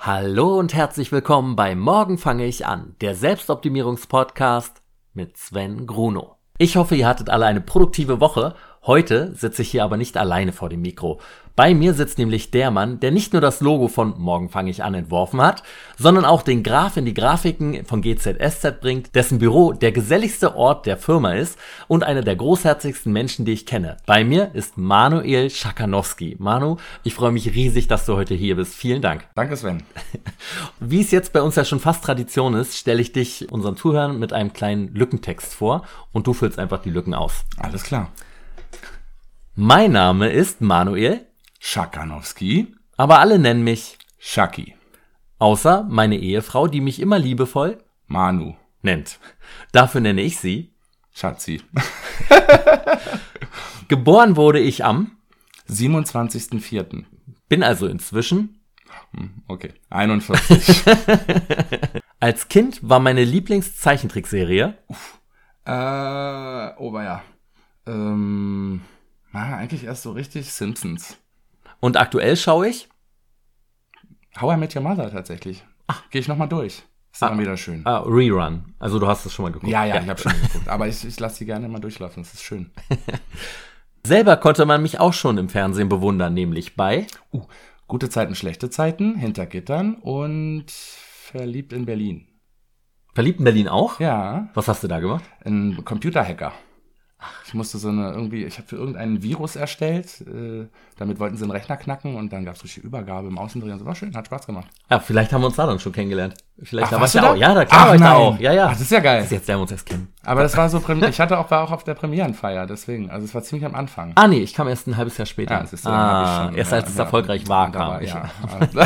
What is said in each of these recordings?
Hallo und herzlich willkommen bei Morgen fange ich an, der Selbstoptimierungspodcast mit Sven Grunow. Ich hoffe, ihr hattet alle eine produktive Woche. Heute sitze ich hier aber nicht alleine vor dem Mikro. Bei mir sitzt nämlich der Mann, der nicht nur das Logo von Morgen fange ich an entworfen hat, sondern auch den Graf in die Grafiken von GZSZ bringt, dessen Büro der geselligste Ort der Firma ist und einer der großherzigsten Menschen, die ich kenne. Bei mir ist Manuel Schakanowski. Manu, ich freue mich riesig, dass du heute hier bist. Vielen Dank. Danke, Sven. Wie es jetzt bei uns ja schon fast Tradition ist, stelle ich dich unseren Zuhörern mit einem kleinen Lückentext vor und du füllst einfach die Lücken aus. Alles klar. Mein Name ist Manuel Schakanowski, aber alle nennen mich Schaki, außer meine Ehefrau, die mich immer liebevoll Manu, nennt. Dafür nenne ich sie Schatzi. Geboren wurde ich am 27.04. Bin also inzwischen Okay, 41. Als Kind war meine Lieblingszeichentrickserie Ja. Eigentlich erst so richtig Simpsons. und aktuell schaue ich How I Met Your Mother tatsächlich. Gehe ich nochmal durch. Ist dann wieder schön. Rerun. Also du hast es schon mal geguckt. Ja, ich habe schon geguckt. Aber ich lasse die gerne mal durchlaufen. Das ist schön. Selber konnte man mich auch schon im Fernsehen bewundern, nämlich bei Gute Zeiten, schlechte Zeiten, Hinter Gittern und Verliebt in Berlin. Verliebt in Berlin auch? Ja, Was hast du da gemacht? ein Computerhacker. Ich musste ich habe für irgendeinen Virus erstellt, damit wollten sie einen Rechner knacken und dann gab es richtig Übergabe im Außendreh und so. War schön, hat Spaß gemacht. Ja, vielleicht haben wir uns da dann schon kennengelernt. Vielleicht da warst warst du du da? auch. Ja, da klar war ich da auch. Ja. Ach, das ist ja geil. Das ist jetzt, der wir uns erst kennen. Aber das war so, war auch auf der Premierenfeier, deswegen. Also es war ziemlich am Anfang. Nee, ich kam erst ein halbes Jahr später. Ja, das ist so, dann hab ich schon, erst als es erfolgreich war, kam ich. Ja.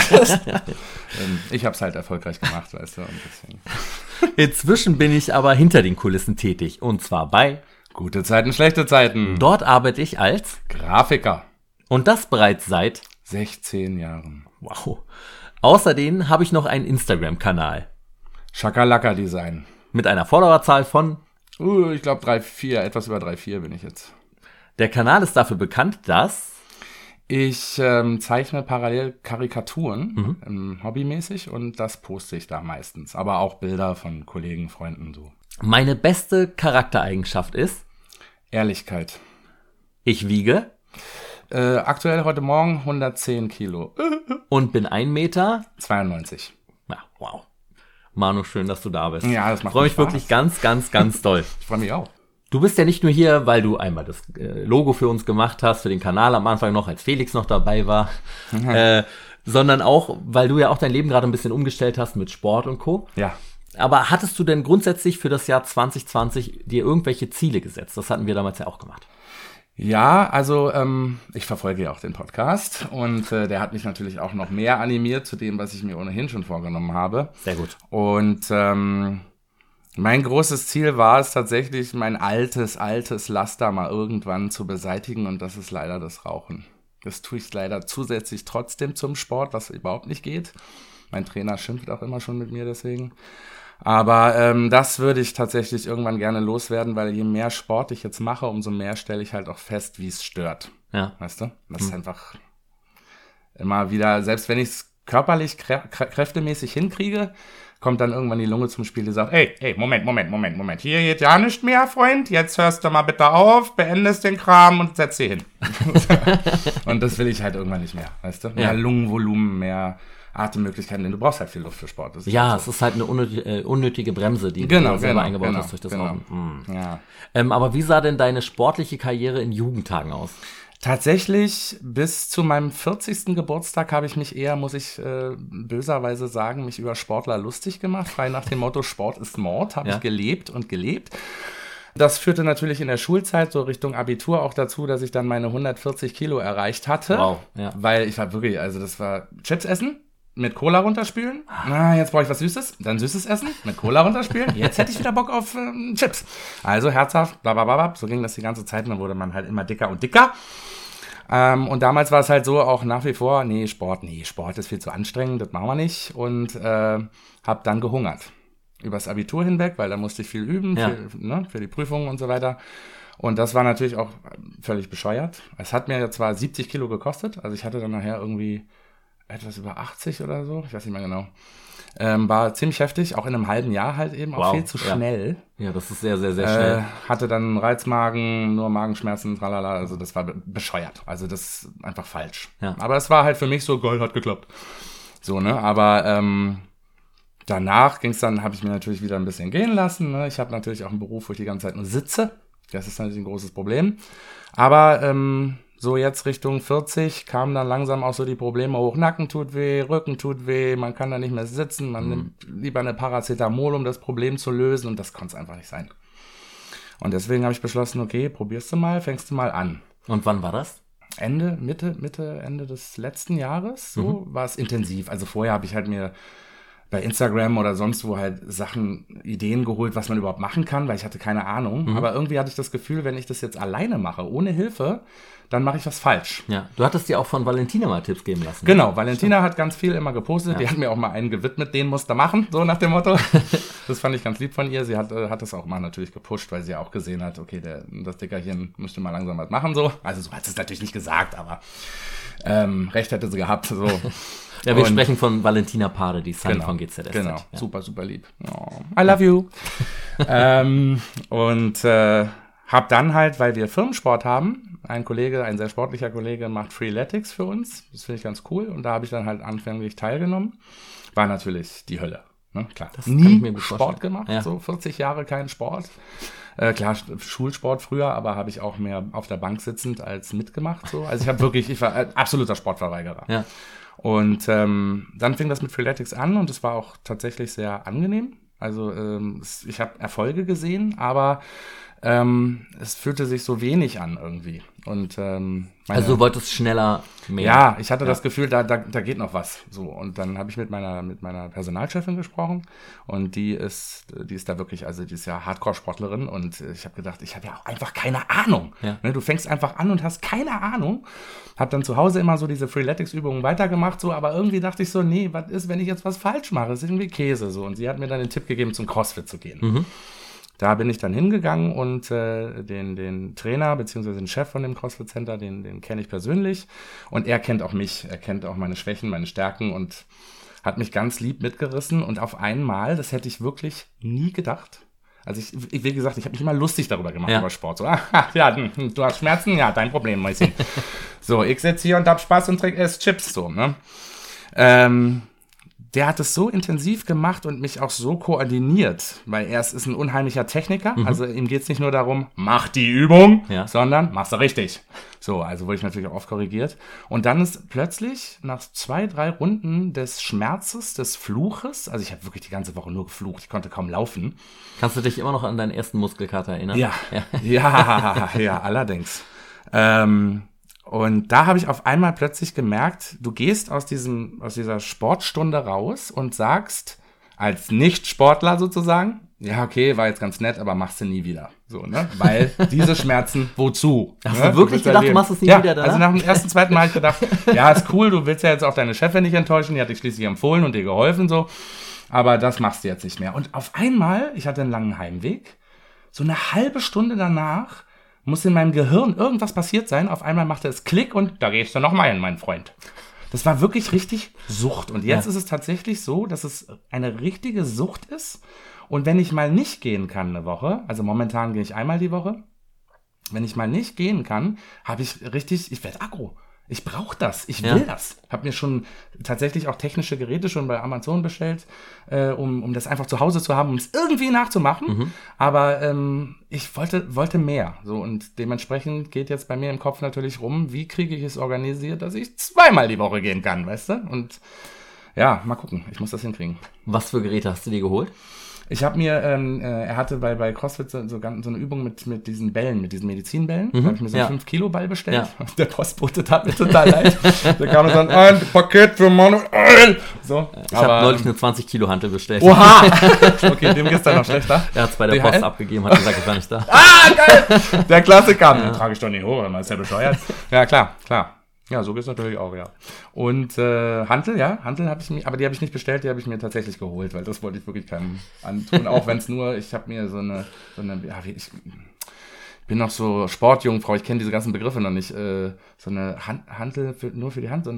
Ich habe es halt erfolgreich gemacht, weißt du. Und deswegen. Inzwischen bin ich aber hinter den Kulissen tätig. Und zwar bei Gute Zeiten, schlechte Zeiten. Dort arbeite ich als Grafiker. und das bereits seit 16 Jahren. wow. Außerdem habe ich noch einen Instagram-Kanal Schakalaka Design. mit einer Followerzahl von Ich glaube 3,4, etwas über 3,4 bin ich jetzt. Der Kanal ist dafür bekannt, dass Ich zeichne parallel Karikaturen, hobbymäßig, und das poste ich da meistens. Aber auch Bilder von Kollegen, Freunden, so. meine beste Charaktereigenschaft ist, Ehrlichkeit. ich wiege Aktuell heute Morgen 110 Kilo. und bin 1 Meter. 92. Ja, wow. Manu, schön, dass du da bist. Ja, das macht Freue mich Spaß. wirklich ganz, ganz, ganz doll. Ich freue mich auch. Du bist ja nicht nur hier, weil du einmal das Logo für uns gemacht hast, für den Kanal am Anfang noch, als Felix noch dabei war, sondern auch, weil du ja auch dein Leben gerade ein bisschen umgestellt hast mit Sport und Co. Ja. Aber hattest du denn grundsätzlich für das Jahr 2020 dir irgendwelche Ziele gesetzt? Das hatten wir damals ja auch gemacht. Ja, also ich verfolge ja auch den Podcast und der hat mich natürlich auch noch mehr animiert zu dem, was ich mir ohnehin schon vorgenommen habe. Sehr gut. Und mein großes Ziel war es tatsächlich, mein altes Laster mal irgendwann zu beseitigen, und das ist leider das Rauchen. Das tue ich leider zusätzlich trotzdem zum Sport, was überhaupt nicht geht. Mein Trainer schimpft auch immer schon mit mir deswegen. Aber das würde ich tatsächlich irgendwann gerne loswerden, weil je mehr Sport ich jetzt mache, umso mehr stelle ich halt auch fest, wie es stört. Ja. Weißt du? Das ist einfach immer wieder, selbst wenn ich es körperlich, kräftemäßig hinkriege, kommt dann irgendwann die Lunge zum Spiel, die sagt, ey, Moment, hier geht ja nicht mehr, Freund, jetzt hörst du mal bitte auf, beendest den Kram und setz dich hin. Und das will ich halt irgendwann nicht mehr, weißt du? Mehr Lungenvolumen, mehr Atemmöglichkeiten, denn du brauchst halt viel Luft für Sport. Das ist Ja, halt so. es ist halt eine unnötige Bremse, die du selber eingebaut hast durch das Rauchen. Ja. Aber wie sah denn deine sportliche Karriere in Jugendtagen aus? Tatsächlich, bis zu meinem 40. Geburtstag habe ich mich eher, muss ich böserweise sagen, mich über Sportler lustig gemacht. Frei nach dem Motto, Sport ist Mord, habe ich gelebt. Das führte natürlich in der Schulzeit, so Richtung Abitur, auch dazu, dass ich dann meine 140 Kilo erreicht hatte. Wow, ja. Weil ich war wirklich, also das war Chips essen, mit Cola runterspülen. Jetzt brauche ich was Süßes. Dann Süßes essen, mit Cola runterspülen. Jetzt hätte ich wieder Bock auf Chips. Also herzhaft, blablabla. So ging das die ganze Zeit. Dann wurde man halt immer dicker und dicker. Und damals war es halt so, auch nach wie vor, Sport ist viel zu anstrengend, das machen wir nicht. Und habe dann gehungert. Übers Abitur hinweg, weil da musste ich viel üben, für die Prüfungen und so weiter. Und das war natürlich auch völlig bescheuert. Es hat mir zwar 70 Kilo gekostet, also ich hatte dann nachher irgendwie etwas über 80 oder so, ich weiß nicht mehr genau. War ziemlich heftig, auch in einem halben Jahr halt eben, auch viel zu schnell. Ja, das ist sehr, sehr, sehr schnell. Hatte dann Reizmagen, nur Magenschmerzen, tralala, also das war bescheuert. Also das ist einfach falsch. Ja. Aber es war halt für mich so, geil, hat geklappt. So, ne, aber danach habe ich mir natürlich wieder ein bisschen gehen lassen. Ne? Ich habe natürlich auch einen Beruf, wo ich die ganze Zeit nur sitze. Das ist natürlich ein großes Problem. Aber so jetzt Richtung 40 kamen dann langsam auch so die Probleme hoch. Nacken tut weh, Rücken tut weh, man kann da nicht mehr sitzen. Man nimmt lieber eine Paracetamol, um das Problem zu lösen. Und das konnte es einfach nicht sein. Und deswegen habe ich beschlossen, okay, probierst du mal, fängst du mal an. Und wann war das? Ende des letzten Jahres, so war es intensiv. Also vorher habe ich halt mir bei Instagram oder sonst wo halt Ideen geholt, was man überhaupt machen kann, weil ich hatte keine Ahnung. Aber irgendwie hatte ich das Gefühl, wenn ich das jetzt alleine mache, ohne Hilfe, dann mache ich was falsch. Ja, du hattest dir auch von Valentina mal Tipps geben lassen. Genau, Valentina hat ganz viel immer gepostet. Ja. Die hat mir auch mal einen gewidmet, den musst du machen, so nach dem Motto. Das fand ich ganz lieb von ihr. Sie hat das auch mal natürlich gepusht, weil sie ja auch gesehen hat, okay, das Dickerchen müsste mal langsam was machen, so. Also so hat sie es natürlich nicht gesagt, aber recht hätte sie gehabt, so. Ja, wir sprechen von Valentina Pade, die Sunny von GZSZ. Genau, ja. Super, super lieb. Oh, I love you. Hab dann halt, weil wir Firmensport haben, ein sehr sportlicher Kollege macht Freeletics für uns. Das finde ich ganz cool. Und da habe ich dann halt anfänglich teilgenommen. War natürlich die Hölle. Ne? Klar, das nie Sport gemacht, so 40 Jahre kein Sport. Klar, Schulsport früher, aber habe ich auch mehr auf der Bank sitzend als mitgemacht. So. Also ich war absoluter Sportverweigerer. Ja. Und dann fing das mit Freeletics an und es war auch tatsächlich sehr angenehm. Also ich habe Erfolge gesehen, aber es fühlte sich so wenig an irgendwie. Und also du wolltest schneller mehr. Ja, ich hatte das Gefühl, da geht noch was. So, und dann habe ich mit meiner Personalchefin gesprochen und die ist da wirklich, also die ist ja Hardcore-Sportlerin und ich habe gedacht, ich habe ja auch einfach keine Ahnung. Ja. Ne, du fängst einfach an und hast keine Ahnung. Hab dann zu Hause immer so diese Freeletics-Übungen weitergemacht, so, aber irgendwie dachte ich so, nee, was ist, wenn ich jetzt was falsch mache? Das ist irgendwie Käse. So. Und sie hat mir dann den Tipp gegeben, zum CrossFit zu gehen. Mhm. Da bin ich dann hingegangen und den Trainer bzw. den Chef von dem CrossFit Center, den kenne ich persönlich. Und er kennt auch mich, er kennt auch meine Schwächen, meine Stärken und hat mich ganz lieb mitgerissen. Und auf einmal, das hätte ich wirklich nie gedacht. Also wie gesagt, ich habe mich immer lustig darüber gemacht, über Sport. So, du hast Schmerzen? Ja, dein Problem, Mäuschen. So, ich sitze hier und hab Spaß und esse Chips, so, ne? Der hat es so intensiv gemacht und mich auch so koordiniert, weil er ist ein unheimlicher Techniker, also ihm geht's nicht nur darum, mach die Übung, sondern mach's richtig. So, also wurde ich natürlich auch oft korrigiert. Und dann ist plötzlich nach 2-3 Runden des Schmerzes, des Fluches, also ich habe wirklich die ganze Woche nur geflucht, ich konnte kaum laufen. Kannst du dich immer noch an deinen ersten Muskelkater erinnern? Ja, allerdings. Und da habe ich auf einmal plötzlich gemerkt, du gehst aus dieser Sportstunde raus und sagst, als Nicht-Sportler sozusagen, ja, okay, war jetzt ganz nett, aber machst du nie wieder. So, ne? Weil diese Schmerzen, wozu? Hast du wirklich gedacht, du machst es nie wieder danach? Also nach dem ersten, zweiten Mal habe ich gedacht, ja, ist cool, du willst ja jetzt auch deine Chefin nicht enttäuschen, die hat dich schließlich empfohlen und dir geholfen, so. Aber das machst du jetzt nicht mehr. Und auf einmal, ich hatte einen langen Heimweg, so eine halbe Stunde danach muss in meinem Gehirn irgendwas passiert sein. Auf einmal machte es Klick und da gehst du noch mal hin, mein Freund. Das war wirklich richtig Sucht. Und jetzt ist es tatsächlich so, dass es eine richtige Sucht ist. Und wenn ich mal nicht gehen kann eine Woche, also momentan gehe ich einmal die Woche, wenn ich mal nicht gehen kann, ich werde aggro. Ich brauche das, ich will das. Habe mir schon tatsächlich auch technische Geräte schon bei Amazon bestellt, um das einfach zu Hause zu haben, um es irgendwie nachzumachen. Aber ich wollte mehr. So, und dementsprechend geht jetzt bei mir im Kopf natürlich rum, wie kriege ich es organisiert, dass ich 2-mal die Woche gehen kann, weißt du? Und ja, mal gucken, ich muss das hinkriegen. Was für Geräte hast du dir geholt? Ich habe mir, er hatte bei CrossFit so eine Übung mit diesen Bällen, mit diesen Medizinbällen. Da habe ich mir so einen 5-Kilo-Ball bestellt. Ja. Der Postbote tat mir total leid. Der kam und sagt, ein Paket für Manuel. So, ich habe neulich eine 20-Kilo-Hantel bestellt. Oha! Okay, dem geht's dann noch schlechter. Er hat es bei der Post abgegeben, hat gesagt, ich war nicht da. Geil! Der Klassiker. Den trage ich doch nicht hoch, man ist ja bescheuert. Ja, klar. Ja, so geht's natürlich auch, ja. Und Hantel habe ich mir, aber die habe ich nicht bestellt, die habe ich mir tatsächlich geholt, weil das wollte ich wirklich keinem antun. Auch wenn es nur, ich habe mir ich bin noch so Sportjungfrau, ich kenne diese ganzen Begriffe noch nicht. So eine Hantel nur für die Hand, so eine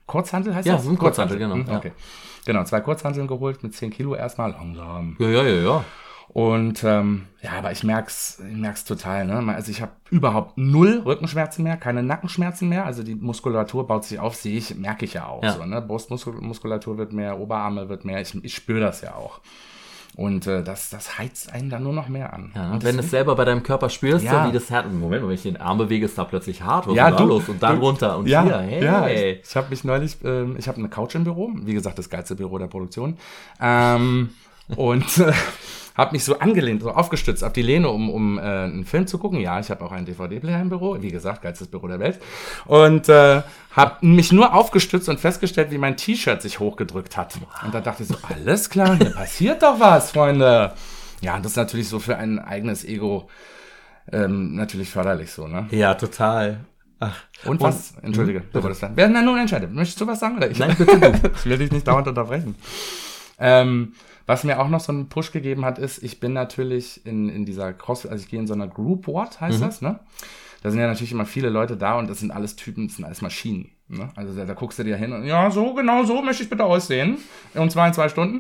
Kurzhantel heißt Ja, das? so ein Kurzhantel, genau. Okay. Genau, 2 Kurzhanteln geholt mit 10 Kilo erstmal langsam. Ja. Und aber ich merk's total. Ne? Also ich habe überhaupt 0 Rückenschmerzen mehr, keine Nackenschmerzen mehr. Also die Muskulatur baut sich auf, merke ich ja auch. Ja. So, ne? Brustmuskulatur wird mehr, Oberarme wird mehr. Ich spüre das ja auch. Und das heizt einen dann nur noch mehr an. Ja, und wenn du es selber bei deinem Körper spürst, Ja. so wie das Herz. Moment, wenn ich den Arm bewege, ist da plötzlich hart. Was Ja, ist da los? Und dann runter. Und ja, hier, hey. Ja, ich habe mich neulich, ich habe eine Couch im Büro, wie gesagt, das geilste Büro der Produktion. Und habe mich so angelehnt, so aufgestützt auf die Lehne, um einen Film zu gucken. Ja, ich habe auch einen DVD-Player im Büro, wie gesagt, geilstes Büro der Welt. Und habe mich nur aufgestützt und festgestellt, wie mein T-Shirt sich hochgedrückt hat. Und da dachte ich so, alles klar, hier passiert doch was, Freunde. Ja, und das ist natürlich so für ein eigenes Ego natürlich förderlich so, ne? Ja, total. Ach. Und was? Entschuldige, du wolltest dann. Wer nun entscheidet? Möchtest du was sagen? Oder ich? Nein, bitte du. Ich will dich nicht dauernd unterbrechen. Was mir auch noch so einen Push gegeben hat, ist, ich bin natürlich in dieser CrossFit, also ich gehe in so einer Group Ward, heißt das, ne? Da sind ja natürlich immer viele Leute da und das sind alles Typen, das sind alles Maschinen. Ne? Also da guckst du dir hin und ja, so, genau so möchte ich bitte aussehen. Und zwar in 2 Stunden.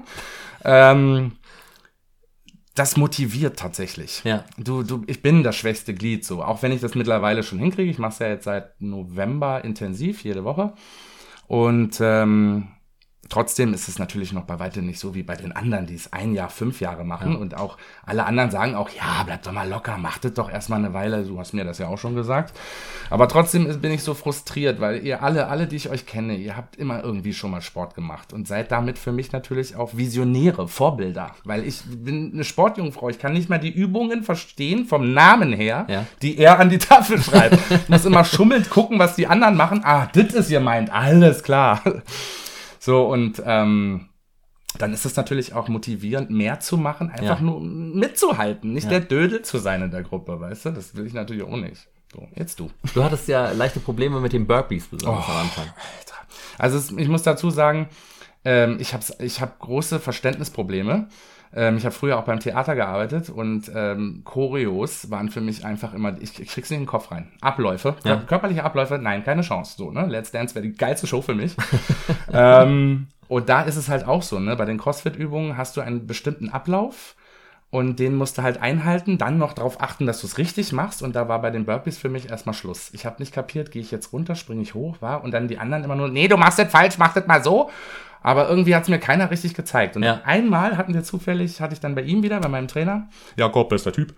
Das motiviert tatsächlich. Ja. Ich bin das schwächste Glied so, auch wenn ich das mittlerweile schon hinkriege. Ich mache es ja jetzt seit November intensiv, jede Woche. Und trotzdem ist es natürlich noch bei weitem nicht so wie bei den anderen, die es 1 Jahr, 5 Jahre machen. Ja. Und auch alle anderen sagen auch, ja, bleib doch mal locker, mach das doch erstmal eine Weile. Du hast mir das ja auch schon gesagt. Aber trotzdem bin ich so frustriert, weil ihr alle, die ich euch kenne, ihr habt immer irgendwie schon mal Sport gemacht und seid damit für mich natürlich auch Visionäre, Vorbilder. Weil ich bin eine Sportjungfrau. Ich kann nicht mal die Übungen verstehen vom Namen her, ja, die er an die Tafel schreibt. Ich muss immer schummelnd gucken, was die anderen machen. Ah, das ist ihr meint. Alles klar. So, und dann ist es natürlich auch motivierend, mehr zu machen, einfach nur mitzuhalten, nicht der Dödel zu sein in der Gruppe, weißt du? Das will ich natürlich auch nicht. So, jetzt du. Du hattest ja leichte Probleme mit den Burpees besonders am Anfang. Alter. Also ich muss dazu sagen, ich hab große Verständnisprobleme. Ich habe früher auch beim Theater gearbeitet und Choreos waren für mich einfach immer, ich krieg's nicht in den Kopf rein. Abläufe, körperliche Abläufe, nein, keine Chance. So, ne? Let's Dance wäre die geilste Show für mich. Und da ist es halt auch so, ne? Bei den CrossFit-Übungen hast du einen bestimmten Ablauf und den musst du halt einhalten, dann noch darauf achten, dass du es richtig machst. Und da war bei den Burpees für mich erstmal Schluss. Ich habe nicht kapiert, gehe ich jetzt runter, springe ich hoch, und dann die anderen immer nur, nee, du machst das falsch, mach das mal so. Aber irgendwie hat es mir keiner richtig gezeigt. Und einmal hatte ich dann bei ihm wieder, bei meinem Trainer, Jakob, bester Typ,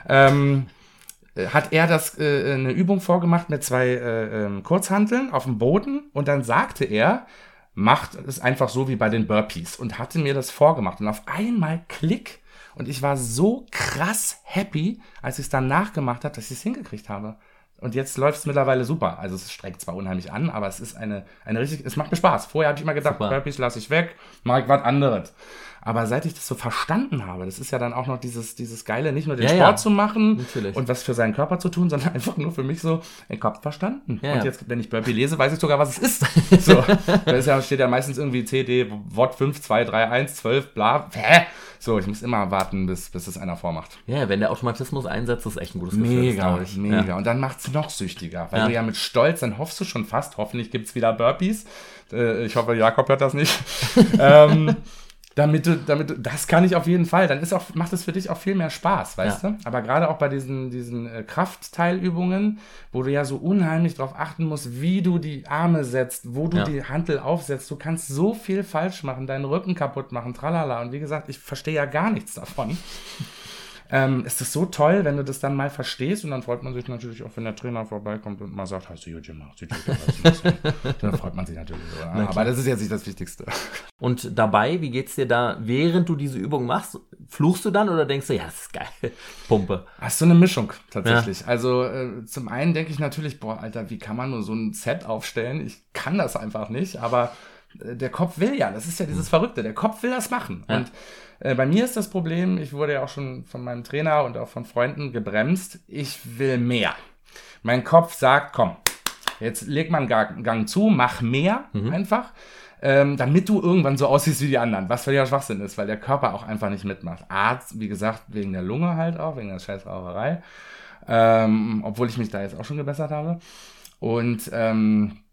hat er eine Übung vorgemacht mit 2 Kurzhanteln auf dem Boden und dann sagte er, macht es einfach so wie bei den Burpees und hatte mir das vorgemacht und auf einmal Klick und ich war so krass happy, als ich es dann nachgemacht habe, dass ich es hingekriegt habe. Und jetzt läuft es mittlerweile super. Also es streckt zwar unheimlich an, aber es ist es macht mir Spaß. Vorher habe ich immer gedacht, Burpees lasse ich weg, mache ich was anderes. Aber seit ich das so verstanden habe, das ist ja dann auch noch dieses Geile, nicht nur den Sport zu machen und was für seinen Körper zu tun, sondern einfach nur für mich so, ich hab's verstanden. Ja, und jetzt, wenn ich Burpee lese, weiß ich sogar, was es ist. So, steht ja meistens irgendwie CD, Wort 5, 2, 3, 1, 12, bla. So, ich muss immer warten, bis es einer vormacht. Ja, wenn der Automatismus einsetzt, ist echt ein gutes Gefühl. Mega. Ja. Und dann macht's noch süchtiger, weil du ja mit Stolz, dann hoffst du schon fast, hoffentlich gibt's wieder Burpees. Ich hoffe, Jakob hört das nicht. Damit du, das kann ich auf jeden Fall, dann macht es für dich auch viel mehr Spaß, weißt du? Aber gerade auch bei diesen Kraftteilübungen, wo du ja so unheimlich drauf achten musst, wie du die Arme setzt, wo du die Hantel aufsetzt, du kannst so viel falsch machen, deinen Rücken kaputt machen, tralala. Und wie gesagt, ich verstehe ja gar nichts davon. Es ist so toll, wenn du das dann mal verstehst und dann freut man sich natürlich auch, wenn der Trainer vorbeikommt und mal sagt, hast du gut gemacht, dann freut man sich natürlich. Oder? Aber das ist jetzt nicht das Wichtigste. Und dabei, wie geht's dir da, während du diese Übung machst? Fluchst du dann oder denkst du, ja, das ist geil, Pumpe? Hast du eine Mischung tatsächlich. Ja. Also zum einen denke ich natürlich, boah, Alter, wie kann man nur so ein Set aufstellen? Ich kann das einfach nicht, aber der Kopf will ja, das ist ja dieses Verrückte, der Kopf will das machen. Ja. Und bei mir ist das Problem, ich wurde ja auch schon von meinem Trainer und auch von Freunden gebremst, ich will mehr. Mein Kopf sagt, komm, jetzt leg mal einen Gang zu, mach mehr einfach, damit du irgendwann so aussiehst wie die anderen, was völliger Schwachsinn ist, weil der Körper auch einfach nicht mitmacht. Arzt, wie gesagt, wegen der Lunge halt auch, wegen der scheiß Raucherei, obwohl ich mich da jetzt auch schon gebessert habe. Und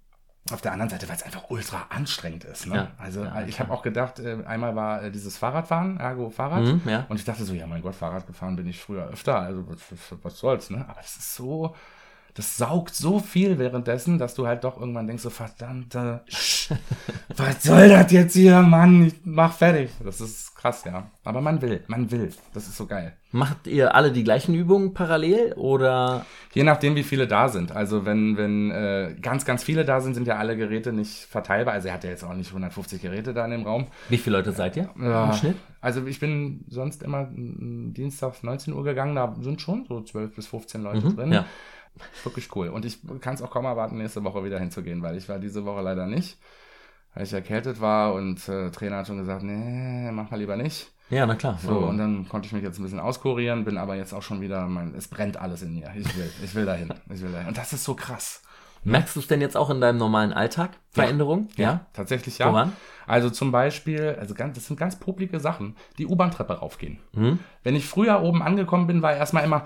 Auf der anderen Seite, weil es einfach ultra anstrengend ist. Ne? Ja. Also Ja, ich habe auch gedacht, einmal war dieses Fahrradfahren, Ergo Fahrrad. Ja. Und ich dachte so, ja mein Gott, Fahrrad gefahren bin ich früher öfter. Also was soll's, ne? Aber das ist so, das saugt so viel währenddessen, dass du halt doch irgendwann denkst so, verdammte, was soll das jetzt hier, Mann? Ich mach fertig. Das ist krass, ja. Aber man will. Das ist so geil. Macht ihr alle die gleichen Übungen parallel oder? Je nachdem, wie viele da sind. Also wenn ganz, ganz viele da sind, sind ja alle Geräte nicht verteilbar. Also er hat ja jetzt auch nicht 150 Geräte da in dem Raum. Wie viele Leute seid ihr Ja, im Schnitt? also ich bin sonst immer dienstags 19 Uhr gegangen. Da sind schon so 12 bis 15 Leute drin. Ja. Wirklich cool. Und ich kann es auch kaum erwarten, nächste Woche wieder hinzugehen, weil ich war diese Woche leider nicht, weil ich erkältet war und Trainer hat schon gesagt, nee, mach mal lieber nicht. Ja, na klar. So, und dann konnte ich mich jetzt ein bisschen auskurieren, bin aber jetzt auch schon wieder, es brennt alles in mir. Ich will dahin. Und das ist so krass. Merkst du es denn jetzt auch in deinem normalen Alltag? Veränderungen? Ja. Tatsächlich ja. Woran? Also zum Beispiel, das sind ganz publike Sachen, die U-Bahn-Treppe raufgehen. Wenn ich früher oben angekommen bin, war erstmal immer,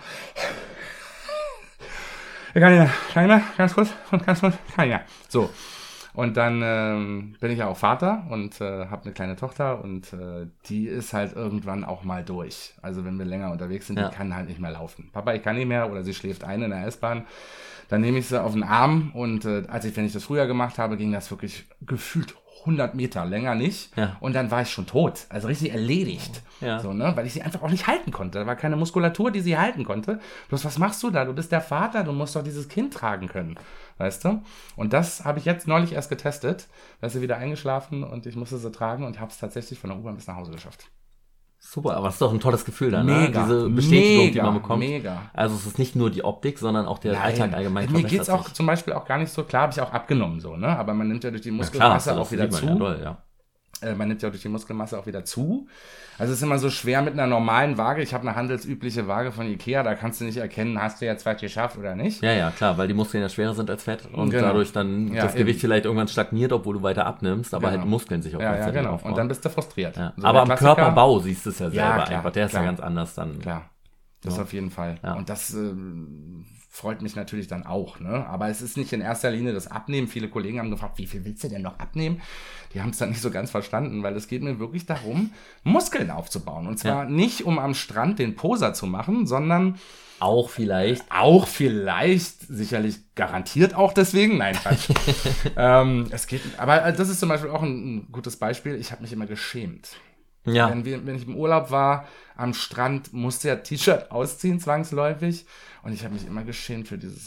kann ich mehr, ganz kurz, kann ich mehr. So. Und dann bin ich ja auch Vater und habe eine kleine Tochter und die ist halt irgendwann auch mal durch. Also wenn wir länger unterwegs sind, die kann halt nicht mehr laufen. Papa, ich kann nicht mehr, oder sie schläft ein in der S-Bahn. Dann nehme ich sie auf den Arm und wenn ich das früher gemacht habe, ging das wirklich gefühlt 100 Meter, länger nicht. Ja. Und dann war ich schon tot, also richtig erledigt. Ja. So, ne? Weil ich sie einfach auch nicht halten konnte. Da war keine Muskulatur, die sie halten konnte. Bloß, was machst du da? Du bist der Vater, du musst doch dieses Kind tragen können. Weißt du? Und das habe ich jetzt neulich erst getestet. Da ist sie wieder eingeschlafen und ich musste sie tragen und habe es tatsächlich von der U-Bahn bis nach Hause geschafft. Super, aber es ist doch ein tolles Gefühl dann, Mega, ne? Diese Bestätigung, die mega, man bekommt. mega. Also es ist nicht nur die Optik, sondern auch der Alltag allgemein. Mir geht's verbessert auch sich. zum Beispiel auch gar nicht so, klar habe ich auch abgenommen so, ne? Aber man nimmt ja durch die Ja, Muskelmasse klar, auch wieder das zu. sieht man ja doll, ja. Man nimmt ja durch die Muskelmasse auch wieder zu. Also es ist immer so schwer mit einer normalen Waage. Ich habe eine handelsübliche Waage von Ikea, da kannst du nicht erkennen, hast du jetzt was geschafft oder nicht. Ja, ja, klar, weil die Muskeln ja schwerer sind als Fett und Genau. dadurch dann Ja, das Gewicht vielleicht irgendwann stagniert, obwohl du weiter abnimmst, aber Genau. halt Muskeln sich auch Ja, gleichzeitig genau. aufbauen. Und dann bist du frustriert. Ja. So Aber der am Klassiker- Körperbau siehst du es ja selber klar, einfach. Der ist ja klar. ganz anders dann. Klar, das auf jeden Fall. Ja. Und das freut mich natürlich dann auch. Ne? Aber es ist nicht in erster Linie das Abnehmen. Viele Kollegen haben gefragt, wie viel willst du denn noch abnehmen? Die haben es dann nicht so ganz verstanden, weil es geht mir wirklich darum, Muskeln aufzubauen. Und zwar nicht, um am Strand den Poser zu machen, sondern Auch vielleicht. sicherlich garantiert auch deswegen. Nein, Quatsch. Es geht, aber das ist zum Beispiel auch ein gutes Beispiel. Ich habe mich immer geschämt. Ja. Wenn ich im Urlaub war, am Strand, musste ja T-Shirt ausziehen, zwangsläufig. Und ich habe mich immer geschämt für dieses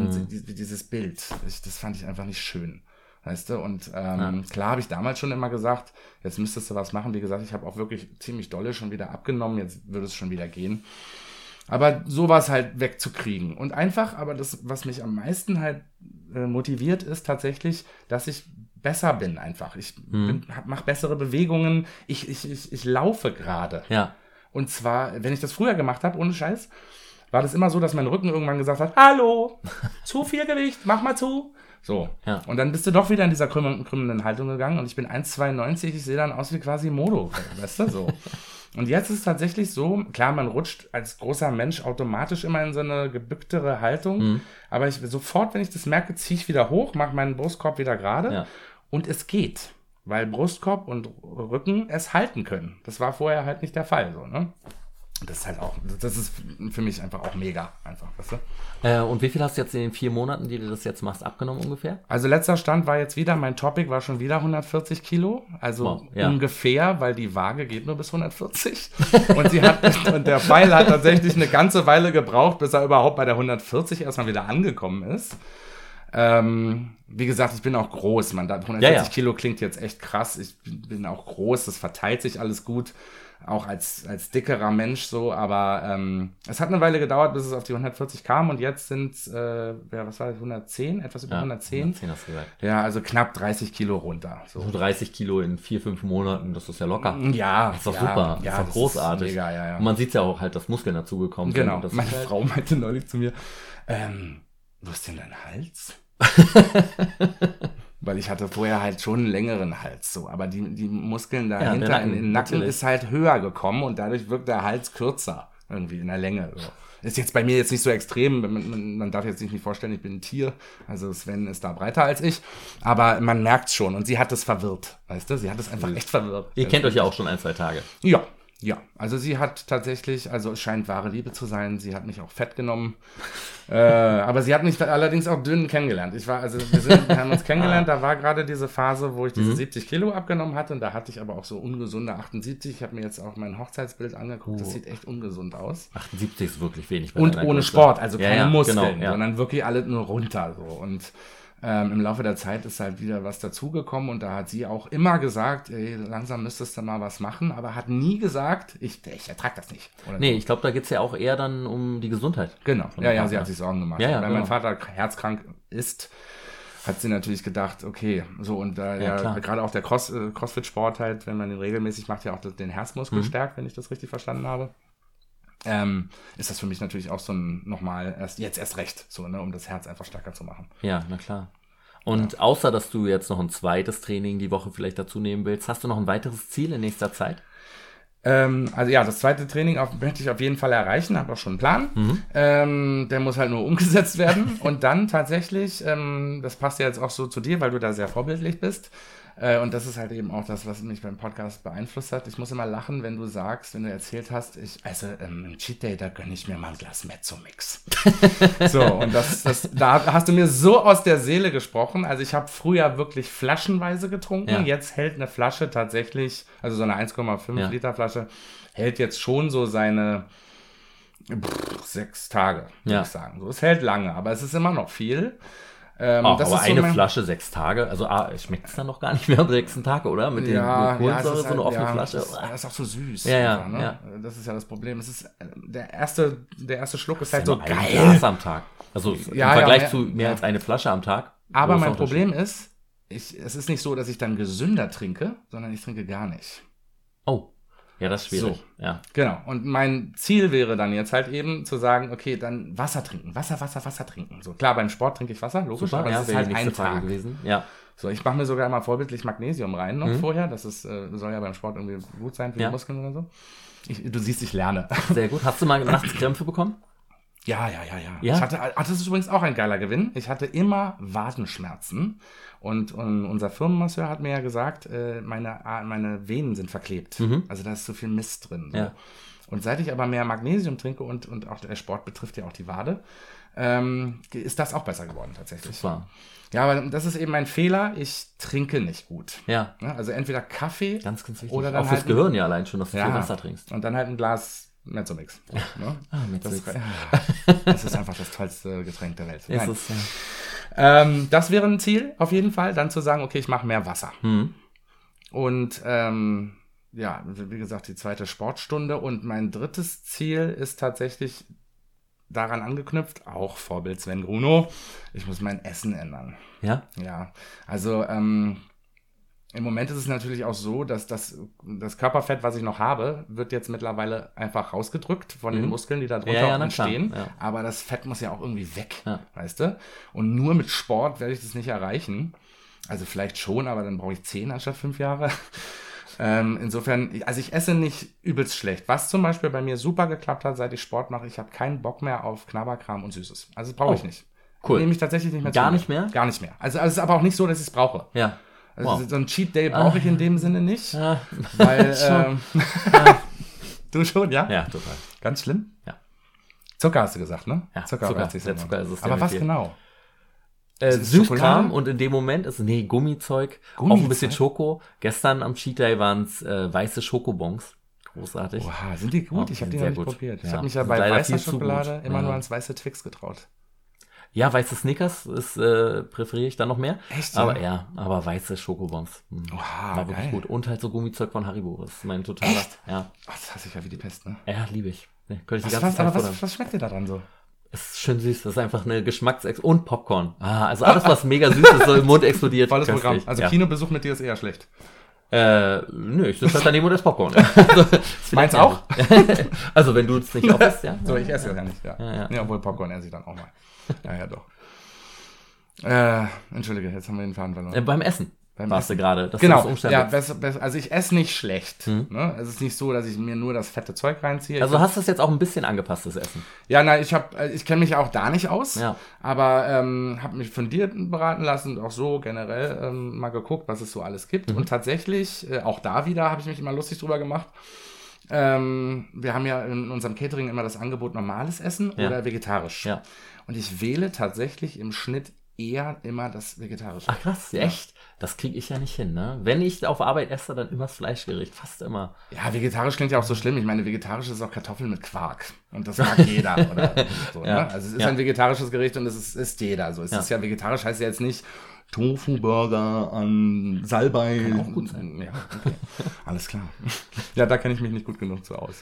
Bild. Das fand ich einfach nicht schön. Weißt du? Und klar habe ich damals schon immer gesagt, jetzt müsstest du was machen. Wie gesagt, ich habe auch wirklich ziemlich dolle schon wieder abgenommen. Jetzt würde es schon wieder gehen. Aber sowas halt wegzukriegen. Und einfach, aber das, was mich am meisten halt motiviert, ist tatsächlich, dass ich besser bin einfach. Ich mache bessere Bewegungen. Ich laufe gerade. Ja. Und zwar, wenn ich das früher gemacht habe, ohne Scheiß, war das immer so, dass mein Rücken irgendwann gesagt hat, hallo, zu viel Gewicht, mach mal zu. So. Ja. Und dann bist du doch wieder in dieser krümmenden Haltung gegangen und ich bin 1,92, ich sehe dann aus wie quasi Modo, weißt du, so. Und jetzt ist es tatsächlich so, klar, man rutscht als großer Mensch automatisch immer in so eine gebücktere Haltung, aber sofort, wenn ich das merke, ziehe ich wieder hoch, mache meinen Brustkorb wieder gerade und es geht, weil Brustkorb und Rücken es halten können. Das war vorher halt nicht der Fall, so, ne? Das ist halt auch, das ist für mich einfach auch mega, einfach, weißt du? Und wie viel hast du jetzt in den 4 Monaten, die du das jetzt machst, abgenommen ungefähr? Also letzter Stand war jetzt wieder, mein Topic war schon wieder 140 Kilo, also Wow, ja. ungefähr, weil die Waage geht nur bis 140 und der Pfeil hat tatsächlich eine ganze Weile gebraucht, bis er überhaupt bei der 140 erstmal wieder angekommen ist. Wie gesagt, ich bin auch groß, 140 Kilo klingt jetzt echt krass, ich bin auch groß, das verteilt sich alles gut, auch als dickerer Mensch so, aber es hat eine Weile gedauert, bis es auf die 140 kam und jetzt sind was war das, 110, etwas über 110? 110 hast du gesagt. Ja, also knapp 30 Kilo runter. So. So 30 Kilo in 4-5 Monaten, das ist ja locker. Ja. Das ist doch super, Ja, das ist doch großartig. Ist mega, ja. Und man sieht ja auch halt, dass Muskeln dazugekommen sind. Genau, Und das meine ist halt Frau meinte neulich zu mir, wo ist denn dein Hals? Weil ich hatte vorher halt schon einen längeren Hals, so, aber die Muskeln dahinter der Nacken, in den Nacken natürlich. ist halt höher gekommen und dadurch wirkt der Hals kürzer. irgendwie in der Länge. So. Ist jetzt bei mir jetzt nicht so extrem, man darf jetzt sich nicht vorstellen, ich bin ein Tier, also Sven ist da breiter als ich, aber man merkt's schon und sie hat es verwirrt, weißt du, sie hat es einfach echt verwirrt. Ihr kennt euch ja auch schon 1-2 Tage. Ja, also sie hat tatsächlich, also es scheint wahre Liebe zu sein, sie hat mich auch fett genommen, aber sie hat mich allerdings auch dünn kennengelernt. Wir haben uns kennengelernt, da war gerade diese Phase, wo ich diese 70 Kilo abgenommen hatte und da hatte ich aber auch so ungesunde 78. Ich habe mir jetzt auch mein Hochzeitsbild angeguckt, das sieht echt ungesund aus. 78 ist wirklich wenig. Und ohne Sport, also keine Muskeln, genau, sondern wirklich alle nur runter so und im Laufe der Zeit ist halt wieder was dazugekommen und da hat sie auch immer gesagt, ey, langsam müsstest du mal was machen, aber hat nie gesagt, ich ertrage das nicht. Nee, ich glaube, da geht's ja auch eher dann um die Gesundheit. Genau, sie hat sich Sorgen gemacht. Ja, Weil mein Vater herzkrank ist, hat sie natürlich gedacht, okay, so und da gerade auch der Crossfit-Sport halt, wenn man den regelmäßig macht, ja auch den Herzmuskel stärkt, wenn ich das richtig verstanden habe. Ist das für mich natürlich auch so ein nochmal erst recht, so, ne, um das Herz einfach stärker zu machen. Ja, na klar. Und außer, dass du jetzt noch ein zweites Training die Woche vielleicht dazu nehmen willst, hast du noch ein weiteres Ziel in nächster Zeit? Das zweite Training möchte ich auf jeden Fall erreichen, habe auch schon einen Plan. Der muss halt nur umgesetzt werden. Und dann tatsächlich, das passt ja jetzt auch so zu dir, weil du da sehr vorbildlich bist. Und das ist halt eben auch das, was mich beim Podcast beeinflusst hat. Ich muss immer lachen, wenn du erzählt hast, im Cheat Day, da gönne ich mir mal ein Glas Mezzo-Mix. So, und da hast du mir so aus der Seele gesprochen. Also ich habe früher wirklich flaschenweise getrunken. Ja. Jetzt hält eine Flasche tatsächlich, also so eine 1,5 Liter Flasche, hält jetzt schon so seine 6 Tage, würde ich sagen. So, es hält lange, aber es ist immer noch viel. Das aber ist so eine Flasche 6 Tage, also schmeckt es dann noch gar nicht mehr am 6. Tag, oder? Mit den Kohlensäure, so eine offene Flasche. Das ist auch so süß. Ja. Das ist ja das Problem. Es ist, der erste Schluck ist halt so geil. Ein Glas am Tag. Also im Vergleich zu mehr als eine Flasche am Tag. Aber mein Problem ist, es ist nicht so, dass ich dann gesünder trinke, sondern ich trinke gar nicht. Oh. Ja, das ist schwierig. So, ja. Genau. Und mein Ziel wäre dann jetzt halt eben zu sagen, okay, dann Wasser trinken. Wasser trinken. So, klar, beim Sport trinke ich Wasser, logisch, super, aber das ist halt ein Tag gewesen. Ja. So, ich mache mir sogar immer vorbildlich Magnesium rein noch vorher. Das ist, soll ja beim Sport irgendwie gut sein für die Muskeln oder so. Du siehst, ich lerne. Sehr gut. Hast du mal nachts Krämpfe bekommen? Ja. Das ist übrigens auch ein geiler Gewinn. Ich hatte immer Wadenschmerzen und unser Firmenmasseur hat mir ja gesagt, meine Venen sind verklebt. Also da ist so viel Mist drin. So. Ja. Und seit ich aber mehr Magnesium trinke und auch der Sport betrifft ja auch die Wade, ist das auch besser geworden tatsächlich. Super. Ja, aber das ist eben mein Fehler. Ich trinke nicht gut. Ja. Also entweder Kaffee ganz wichtig. Oder dann auch fürs Gehirn ja allein schon, dass du viel Wasser trinkst. Und dann halt ein Glas Mezzo-Mix. Ne? Mezzo-Mix. Das ist einfach das tollste Getränk der Welt. Ist es, das wäre ein Ziel, auf jeden Fall. Dann zu sagen, okay, ich mache mehr Wasser. Und wie gesagt, die zweite Sportstunde. Und mein drittes Ziel ist tatsächlich daran angeknüpft, auch Vorbild Sven Gruno, ich muss mein Essen ändern. Ja? Ja, also im Moment ist es natürlich auch so, dass das Körperfett, was ich noch habe, wird jetzt mittlerweile einfach rausgedrückt von den Muskeln, die da drunter entstehen. Ja. Aber das Fett muss ja auch irgendwie weg, weißt du? Und nur mit Sport werde ich das nicht erreichen. Also vielleicht schon, aber dann brauche ich 10 anstatt 5 Jahre. Insofern, also ich esse nicht übelst schlecht. Was zum Beispiel bei mir super geklappt hat, seit ich Sport mache, ich habe keinen Bock mehr auf Knabberkram und Süßes. Also das brauche ich nicht. Cool. Nehme ich tatsächlich nicht mehr zu. Gar nicht mehr? Gar nicht mehr. Also es ist aber auch nicht so, dass ich es brauche. Ja. Also so ein Cheat Day brauche ich in dem Sinne nicht. Weil, du schon, ja? Ja, total. Ganz schlimm? Ja. Zucker hast du gesagt, ne? Ja, Zucker ist es. Aber was genau? Süßkram und in dem Moment ist Gummizeug, auch ein bisschen Schoko. Gestern am Cheat Day waren es weiße Schokobons. Großartig. Oha, sind die gut? Ich habe die noch nicht probiert. Ich habe mich ja bei weißer Schokolade immer nur ans weiße Twix getraut. Ja, weiße Snickers präferiere ich dann noch mehr. Echt? Aber weiße Schokobons. Oha, war wirklich gut. Und halt so Gummizeug von Haribo. Das ist mein totaler. Echt? Ja. Ach, das hasse ich ja wie die Pest, ne? Ja, liebe ich. Könnte ich die ganze Zeit was schmeckt dir daran so? Es ist schön süß. Das ist einfach eine und Popcorn. Also alles, was mega süß ist, so im Mund explodiert. Volles Programm. Also Kinobesuch mit dir ist eher schlecht. Nö, ich sitze halt daneben und das Popcorn. Meins auch? Also wenn du es nicht aufisst, ja. So, ich esse das ja nicht, ja. Ja, obwohl Popcorn esse ich dann auch mal. Ja, doch. Entschuldige, jetzt haben wir den Faden verloren. Beim Essen. warst du gerade. Das Genau, ist ja, besser, also ich esse nicht schlecht. Ne? Es ist nicht so, dass ich mir nur das fette Zeug reinziehe. Also hast du das jetzt auch ein bisschen angepasstes Essen? Ja, nein, ich kenne mich auch da nicht aus, Ja. aber habe mich fundiert beraten lassen und auch so generell mal geguckt, was es so alles gibt. Und tatsächlich, auch da wieder, habe ich mich immer lustig drüber gemacht. Wir haben ja in unserem Catering immer das Angebot normales Essen oder vegetarisch. Ja. Und ich wähle tatsächlich im Schnitt eher immer das Vegetarische. Ach krass, echt? Das kriege ich ja nicht hin, ne? Wenn ich auf Arbeit esse, dann immer das Fleischgericht, fast immer. Ja, vegetarisch klingt ja auch so schlimm. Ich meine, vegetarisch ist auch Kartoffeln mit Quark. Und das mag jeder. Oder so, Ja. Ne? Also es ist ein vegetarisches Gericht und es isst jeder. Also es ist ja vegetarisch, heißt ja jetzt nicht Tofu-Burger an Salbei. Kann auch gut sein. Ja, okay. Alles klar. Ja, da kenne ich mich nicht gut genug so aus.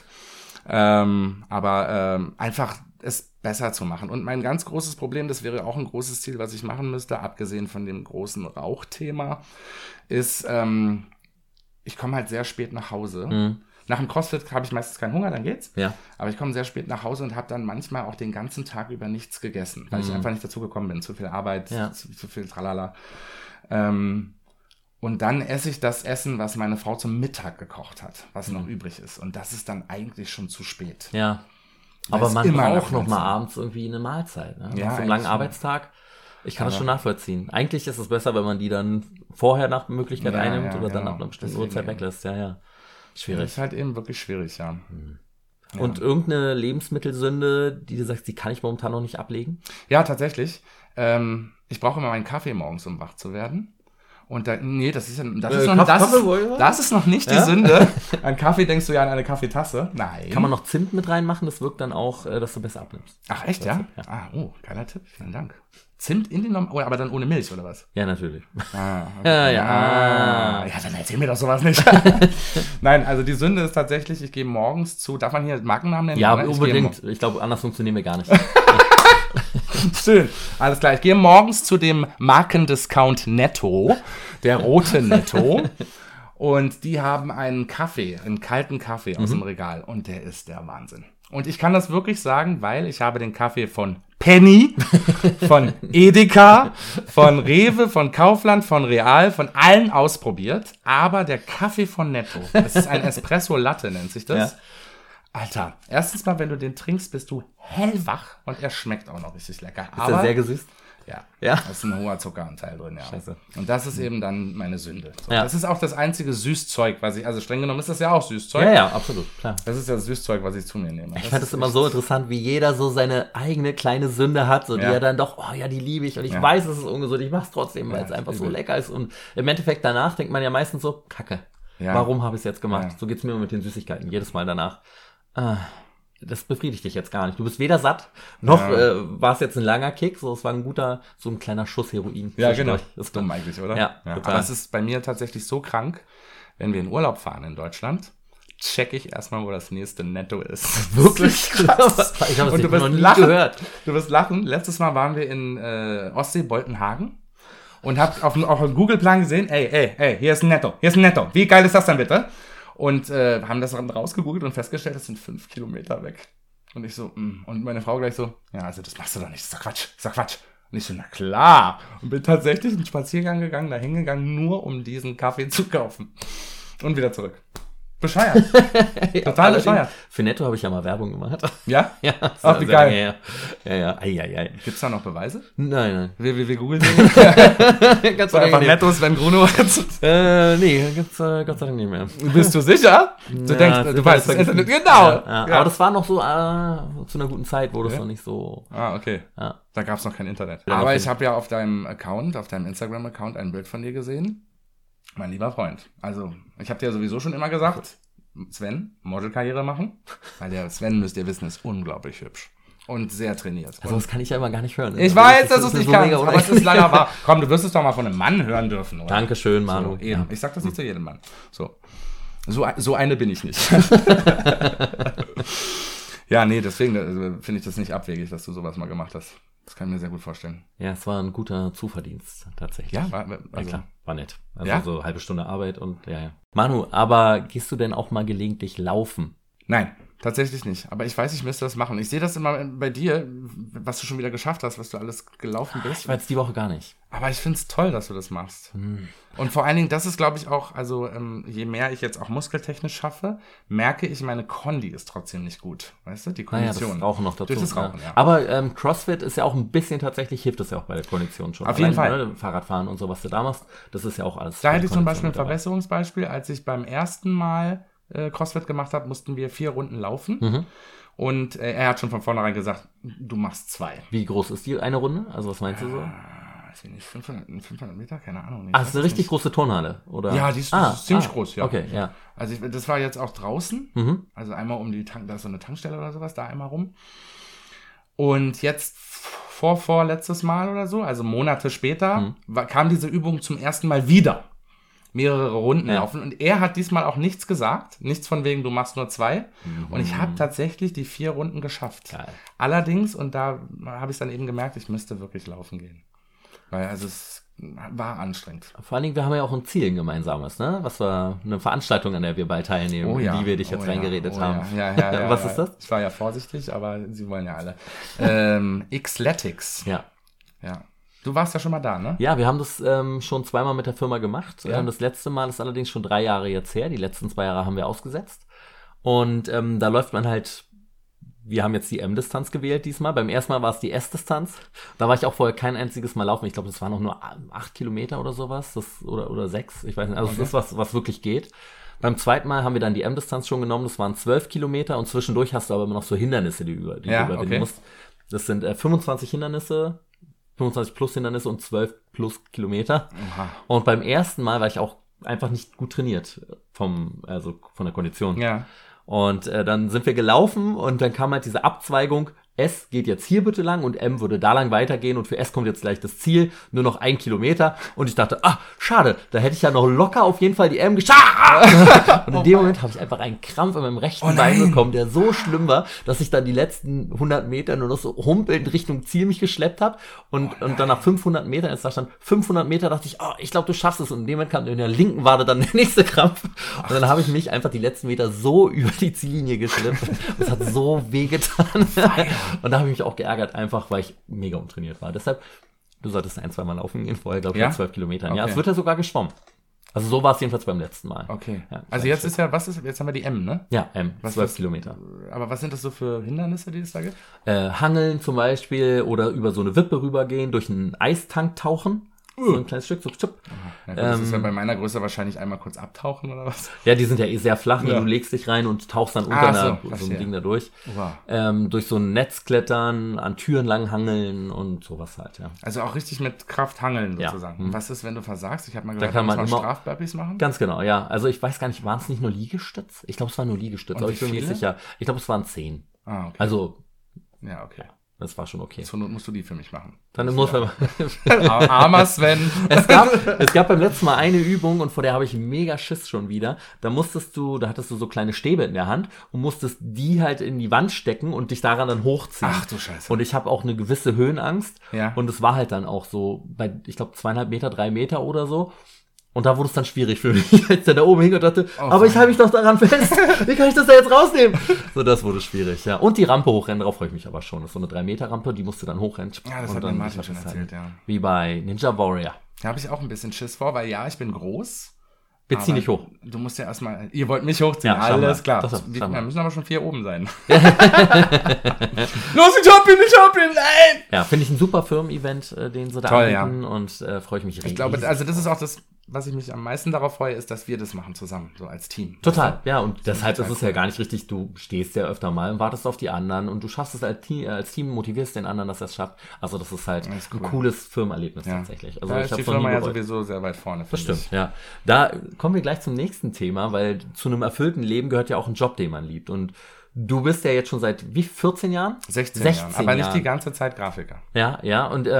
Aber einfach es besser zu machen. Und mein ganz großes Problem, das wäre auch ein großes Ziel, was ich machen müsste, abgesehen von dem großen Rauchthema, ist, ich komme halt sehr spät nach Hause. Nach dem CrossFit habe ich meistens keinen Hunger, dann geht's. Ja. Aber ich komme sehr spät nach Hause und habe dann manchmal auch den ganzen Tag über nichts gegessen, weil ich einfach nicht dazu gekommen bin. Zu viel Arbeit, zu viel Tralala. Und dann esse ich das Essen, was meine Frau zum Mittag gekocht hat, was noch übrig ist. Und das ist dann eigentlich schon zu spät. Ja. Weil Aber es man immer braucht nach noch mal Mahlzeit. abends irgendwie eine Mahlzeit. Ne? Ja, Nach so einem langen eigentlich Arbeitstag. Ich kann das schon nachvollziehen. Eigentlich ist es besser, wenn man die dann vorher nach Möglichkeit Ja, einnimmt ja, oder dann genau. nach einer bestimmten Deswegen Uhrzeit eben. weglässt. Ja, ja. Das Schwierig. ist halt eben wirklich schwierig, ja. Und irgendeine Lebensmittelsünde, die du sagst, die kann ich momentan noch nicht ablegen? Ja, tatsächlich. Ich brauche immer meinen Kaffee morgens, um wach zu werden. Und nee, das ist noch nicht die Sünde. An Kaffee denkst du ja an eine Kaffeetasse. Nein. Kann man noch Zimt mit reinmachen? Das wirkt dann auch, dass du besser abnimmst. Ach, echt, ja? Geiler Tipp. Vielen Dank. Zimt in den aber dann ohne Milch, oder was? Ja, natürlich. Okay. Ja, dann erzähl mir doch sowas nicht. Nein, also die Sünde ist tatsächlich, ich gehe morgens darf man hier Markennamen nennen? Ja, Oder? unbedingt. Ich glaube, anders funktionieren wir gar nicht. Schön, alles klar. Ich gehe morgens zu dem Markendiscount Netto, der rote Netto. Und die haben einen kalten Kaffee aus dem Regal. Und der ist der Wahnsinn. Und ich kann das wirklich sagen, weil ich habe den Kaffee von Penny, von Edeka, von Rewe, von Kaufland, von Real, von allen ausprobiert. Aber der Kaffee von Netto, das ist ein Espresso Latte, nennt sich das. Ja. Alter, erstens mal, wenn du den trinkst, bist du hellwach und er schmeckt auch noch richtig lecker. Ist der sehr gesüßt? Ja, Ja. da ist ein hoher Zuckeranteil drin, ja. Scheiße. Und das ist eben dann meine Sünde. So, Ja. Das ist auch das einzige Süßzeug, also streng genommen ist das ja auch Süßzeug. Ja, ja, absolut, klar. Das ist ja das Süßzeug, was ich zu mir nehme. Ich fand es immer so interessant, wie jeder so seine eigene kleine Sünde hat, so die er dann doch, oh ja, die liebe ich und ich weiß, es ist ungesund, ich mach's trotzdem, weil es einfach so lecker ist. Und im Endeffekt danach denkt man ja meistens so, Kacke, warum habe ich es jetzt gemacht? So geht's mir immer mit den Süßigkeiten, jedes Mal danach. Das befriedigt dich jetzt gar nicht. Du bist weder satt, noch war es jetzt ein langer Kick, so es war so ein kleiner Schuss Heroin. Ja, genau. Das ist dumm eigentlich, oder? Ja, total. Aber es ist bei mir tatsächlich so krank, wenn wir in Urlaub fahren in Deutschland, check ich erstmal, wo das nächste Netto ist. Wirklich krass. Ich habe Und es noch nie gehört. Du wirst lachen. Letztes Mal waren wir in Ostsee, Boltenhagen. Und hab auf dem Google-Plan gesehen, ey, hier ist ein Netto. Wie geil ist das denn bitte? Und haben das dann rausgegoogelt und festgestellt, das sind 5 Kilometer weg. Und ich so, Und meine Frau gleich so, ja, also das machst du doch nicht, das ist doch Quatsch. Und ich so, na klar. Und bin tatsächlich einen Spaziergang gegangen, da hingegangen, nur um diesen Kaffee zu kaufen. Und wieder zurück. Bescheuert. Total bescheuert. Für Netto habe ich ja mal Werbung gemacht. Ja? Ja. Ach, wie geil. Ja. Ei. Gibt's da noch Beweise? Nein. Wir googeln den. Ganz Einfach Netto Sven Gruno. Nee, gibt's Gott sei Dank nicht mehr. Bist du sicher? Du denkst, du weißt das Internet. Genau. Ja. Aber das war noch so zu einer guten Zeit, wo das noch nicht so... Okay. Ja. Da gab's noch kein Internet. Ja, Aber ich habe ja auf deinem Instagram-Account ein Bild von dir gesehen. Mein lieber Freund. Also, ich habe dir sowieso schon immer gesagt, Sven, Modelkarriere machen. Weil der Sven, müsst ihr wissen, ist unglaublich hübsch. Und sehr trainiert. Also das kann ich ja immer gar nicht hören. Ich weiß, dass du es nicht so kannst, mega aber es ist leider wahr. Komm, du wirst es doch mal von einem Mann hören dürfen, oder? Dankeschön, Manu. So, eben. Ich sag das nicht zu jedem Mann. So eine bin ich nicht. Ja, nee, deswegen finde ich das nicht abwegig, dass du sowas mal gemacht hast. Das kann ich mir sehr gut vorstellen. Ja, es war ein guter Zuverdienst, tatsächlich. Ja, ja klar, war nett. Also ja? so halbe Stunde Arbeit und ja. Manu, aber gehst du denn auch mal gelegentlich laufen? Nein. Tatsächlich nicht. Aber ich weiß, ich müsste das machen. Ich sehe das immer bei dir, was du schon wieder geschafft hast, was du alles gelaufen bist. Ich war jetzt die Woche gar nicht. Aber ich finde es toll, dass du das machst. Und vor allen Dingen, das ist, glaube ich, auch, also je mehr ich jetzt auch muskeltechnisch schaffe, merke ich, meine Kondi ist trotzdem nicht gut. Weißt du, die Kondition. Das Rauchen noch dazu. Durch das Rauchen, ja. Aber CrossFit ist ja auch ein bisschen tatsächlich, hilft das ja auch bei der Kondition schon. Auf jeden Fall. Ne, Fahrradfahren und so, was du da machst, das ist ja auch alles. Da hätte ich zum Beispiel ein Verbesserungsbeispiel. Als ich beim ersten Mal CrossFit gemacht habe, mussten wir 4 Runden laufen. Und er hat schon von vornherein gesagt, du machst 2. Wie groß ist die eine Runde? Also was meinst du so? Weiß ich nicht, 500 Meter? Keine Ahnung. Ach, das ist eine richtig große Turnhalle, oder? Ja, die ist ziemlich groß, ja. Okay, ja. Also das war jetzt auch draußen. Also einmal um da ist so eine Tankstelle oder sowas, da einmal rum. Und jetzt vorletztes Mal oder so, also Monate später, kam diese Übung zum ersten Mal wieder. Mehrere Runden laufen. Und er hat diesmal auch nichts gesagt. Nichts von wegen, du machst nur 2. Und ich habe tatsächlich die 4 Runden geschafft. Geil. Allerdings, und da habe ich dann eben gemerkt, ich müsste wirklich laufen gehen. Weil also es war anstrengend. Vor allen Dingen, wir haben ja auch ein Ziel, ein gemeinsames, ne? Was war eine Veranstaltung, an der wir bald teilnehmen, in die wir dich jetzt reingeredet haben. Ja, was ist das? Ich war ja vorsichtig, aber sie wollen ja alle. Xletics. Ja. Du warst ja schon mal da, ne? Ja, wir haben das schon 2-mal mit der Firma gemacht. Ja. Das letzte Mal ist allerdings schon 3 Jahre jetzt her. Die letzten 2 Jahre haben wir ausgesetzt. Und da läuft man halt, wir haben jetzt die M-Distanz gewählt diesmal. Beim ersten Mal war es die S-Distanz. Da war ich auch vorher kein einziges Mal laufen. Ich glaube, das waren auch nur 8 Kilometer oder sowas. Oder 6, ich weiß nicht. Also das ist was wirklich geht. Beim zweiten Mal haben wir dann die M-Distanz schon genommen. Das waren 12 Kilometer. Und zwischendurch hast du aber immer noch so Hindernisse, die du überwinden musst. Das sind 25 Hindernisse. 25 plus Hindernisse und 12 plus Kilometer. Aha. Und beim ersten Mal war ich auch einfach nicht gut trainiert von der Kondition. Ja. Und dann sind wir gelaufen und dann kam halt diese Abzweigung, S geht jetzt hier bitte lang und M würde da lang weitergehen und für S kommt jetzt gleich das Ziel, nur noch 1 Kilometer. Und ich dachte, schade, da hätte ich ja noch locker auf jeden Fall die M geschafft. Und in dem Moment habe ich einfach einen Krampf an meinem rechten Bein bekommen, der so schlimm war, dass ich dann die letzten 100 Meter nur noch so humpelnd Richtung Ziel mich geschleppt habe. Und dann nach 500 Metern, als da stand 500 Meter, dachte ich, ich glaube, du schaffst es. Und in dem Moment kam in der linken Wade dann der nächste Krampf. Und dann habe ich mich einfach die letzten Meter so über die Ziellinie geschleppt. Das hat so wehgetan. Und da habe ich mich auch geärgert, einfach weil ich mega untrainiert war. Deshalb, du solltest 1-2 Mal laufen gehen, vorher glaube ich 12 Kilometern. Okay. Ja, es wird ja sogar geschwommen. Also so war es jedenfalls beim letzten Mal. Okay. Ja, also jetzt ist ja, jetzt haben wir die M, ne? Ja, M, 12 Kilometer. Aber was sind das so für Hindernisse, die es da gibt? Hangeln zum Beispiel oder über so eine Wippe rübergehen, durch einen Eistank tauchen. So ein kleines Stück, so tschupp. Ja, gut, das ist ja bei meiner Größe wahrscheinlich einmal kurz abtauchen oder was? Ja, die sind ja sehr flach. Ja. Du legst dich rein und tauchst dann unter so einem Ding da durch. Wow. Durch so ein Netz klettern, an Türen lang hangeln und sowas halt, ja. Also auch richtig mit Kraft hangeln sozusagen. Und was ist, wenn du versagst? Ich habe mal gehört, da muss man Strafburpees machen. Ganz genau, ja. Also ich weiß gar nicht, waren es nicht nur Liegestütz? Ich glaube, es war nur Liegestütz, aber ich bin mir nicht sicher. Ich glaube, es waren 10. Okay. Also, ja, okay. Das war schon okay. Zur Not musst du die für mich machen. Dann muss man. Armer Sven. Es gab beim letzten Mal eine Übung und vor der habe ich mega Schiss schon wieder. Da hattest du so kleine Stäbe in der Hand und musstest die halt in die Wand stecken und dich daran dann hochziehen. Ach du Scheiße. Und ich habe auch eine gewisse Höhenangst. Ja. Und es war halt dann auch so bei, ich glaube, 2,5 Meter, 3 Meter oder so. Und da wurde es dann schwierig für mich, als der da oben hing und dachte, aber ich halte mich doch daran fest. Wie kann ich das da jetzt rausnehmen? So, das wurde schwierig, ja. Und die Rampe hochrennen, darauf freue ich mich aber schon. Das ist so eine 3-Meter-Rampe, die musst du dann hochrennen. Ja, das und hat dann mir Martin schon erzählt, ja. Wie bei Ninja Warrior. Da habe ich auch ein bisschen Schiss vor, weil ich bin groß. Wir ziehen dich hoch. Du musst ja erstmal, ihr wollt mich hochziehen, ja, alles klar. Wir müssen aber schon 4 oben sein. Los, ich hab ihn, nein! Ja, finde ich ein super Firmen-Event, den sie da anbieten und freue ich mich riesig. Ich glaube, also das ist auch das, was ich mich am meisten darauf freue, ist, dass wir das machen zusammen, so als Team. Total, ja, und deshalb ist es ja gar nicht richtig, du stehst ja öfter mal und wartest auf die anderen und du schaffst es als Team, motivierst den anderen, dass er es schafft. Also das ist halt ein cooles Firmenerlebnis tatsächlich. Also da ich ist die Firma ja sowieso sehr weit vorne, das stimmt, ja. Da kommen wir gleich zum nächsten Thema, weil zu einem erfüllten Leben gehört ja auch ein Job, den man liebt. Und du bist ja jetzt schon seit 14 Jahren? 16 Jahren, aber nicht die ganze Zeit Grafiker. Ja, und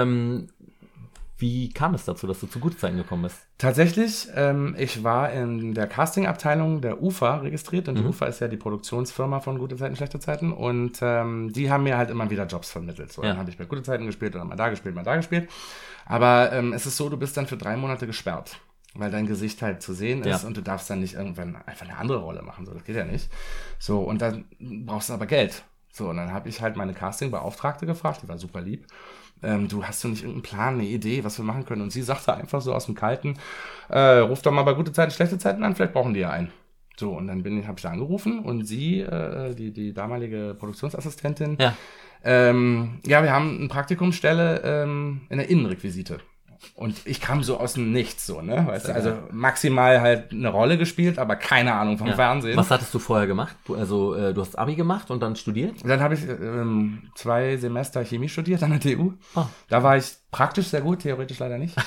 wie kam es dazu, dass du zu Gute Zeiten gekommen bist? Tatsächlich, ich war in der Casting-Abteilung der UFA registriert und die UFA ist ja die Produktionsfirma von Gute Zeiten, Schlechte Zeiten und die haben mir halt immer wieder Jobs vermittelt. So, dann habe ich bei Gute Zeiten gespielt oder mal da gespielt. Aber es ist so, du bist dann für 3 Monate gesperrt. weil dein Gesicht halt zu sehen ist und du darfst dann nicht irgendwann einfach eine andere Rolle machen, so, das geht ja nicht. So, und dann brauchst du aber Geld. So, und dann habe ich halt meine Castingbeauftragte gefragt, die war super lieb. Hast du nicht irgendeinen Plan, eine Idee, was wir machen können? Und sie sagte einfach so aus dem Kalten, ruf doch mal bei gute Zeiten, schlechte Zeiten an, vielleicht brauchen die ja einen. So, und dann habe ich da angerufen und sie, die damalige Produktionsassistentin, wir haben eine Praktikumsstelle in der Innenrequisite. Und ich kam so aus dem Nichts, so, ne? Weißt du, also maximal halt eine Rolle gespielt, aber keine Ahnung vom Fernsehen. Was hattest du vorher gemacht? Du hast Abi gemacht und dann studiert? Dann habe ich 2 Semester Chemie studiert an der TU. Oh. Da war ich praktisch sehr gut, theoretisch leider nicht.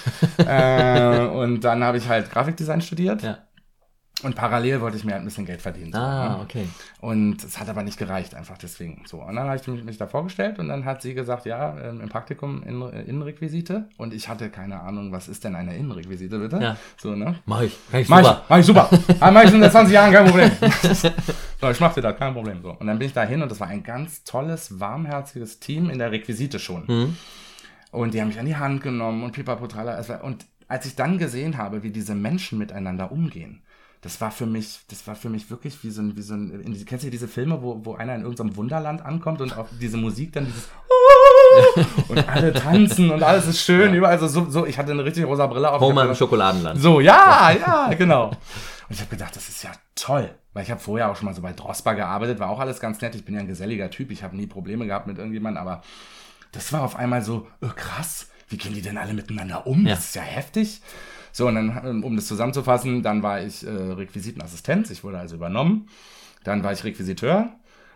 Und dann habe ich halt Grafikdesign studiert. Ja. Und parallel wollte ich mir halt ein bisschen Geld verdienen. Okay. Und es hat aber nicht gereicht, einfach deswegen. So. Und dann habe ich mich da vorgestellt und dann hat sie gesagt, ja, im Praktikum Innenrequisite. Und ich hatte keine Ahnung, was ist denn eine Innenrequisite, bitte? Ja. So, ne? Mach ich super. Mach ich super. Mach ich schon seit 20 Jahren, kein Problem. So, ich mach dir das, kein Problem. So. Und dann bin ich da hin und das war ein ganz tolles, warmherziges Team in der Requisite schon. Mhm. Und die haben mich an die Hand genommen und pipapotrala. Und als ich dann gesehen habe, wie diese Menschen miteinander umgehen, das war für mich wirklich wie so ein kennst du diese Filme, wo einer in irgendeinem Wunderland ankommt und auch diese Musik dann dieses und alle tanzen und alles ist schön, überall so, ich hatte eine richtig rosa Brille auf. Homer im Schokoladenland. So, ja, genau. Und ich habe gedacht, das ist ja toll, weil ich habe vorher auch schon mal so bei Drosper gearbeitet, war auch alles ganz nett, ich bin ja ein geselliger Typ, ich habe nie Probleme gehabt mit irgendjemandem, aber das war auf einmal so, krass, wie gehen die denn alle miteinander um? Ja. Das ist ja heftig. So, und dann, um das zusammenzufassen, dann war ich Requisitenassistent, ich wurde also übernommen. Dann war ich Requisiteur.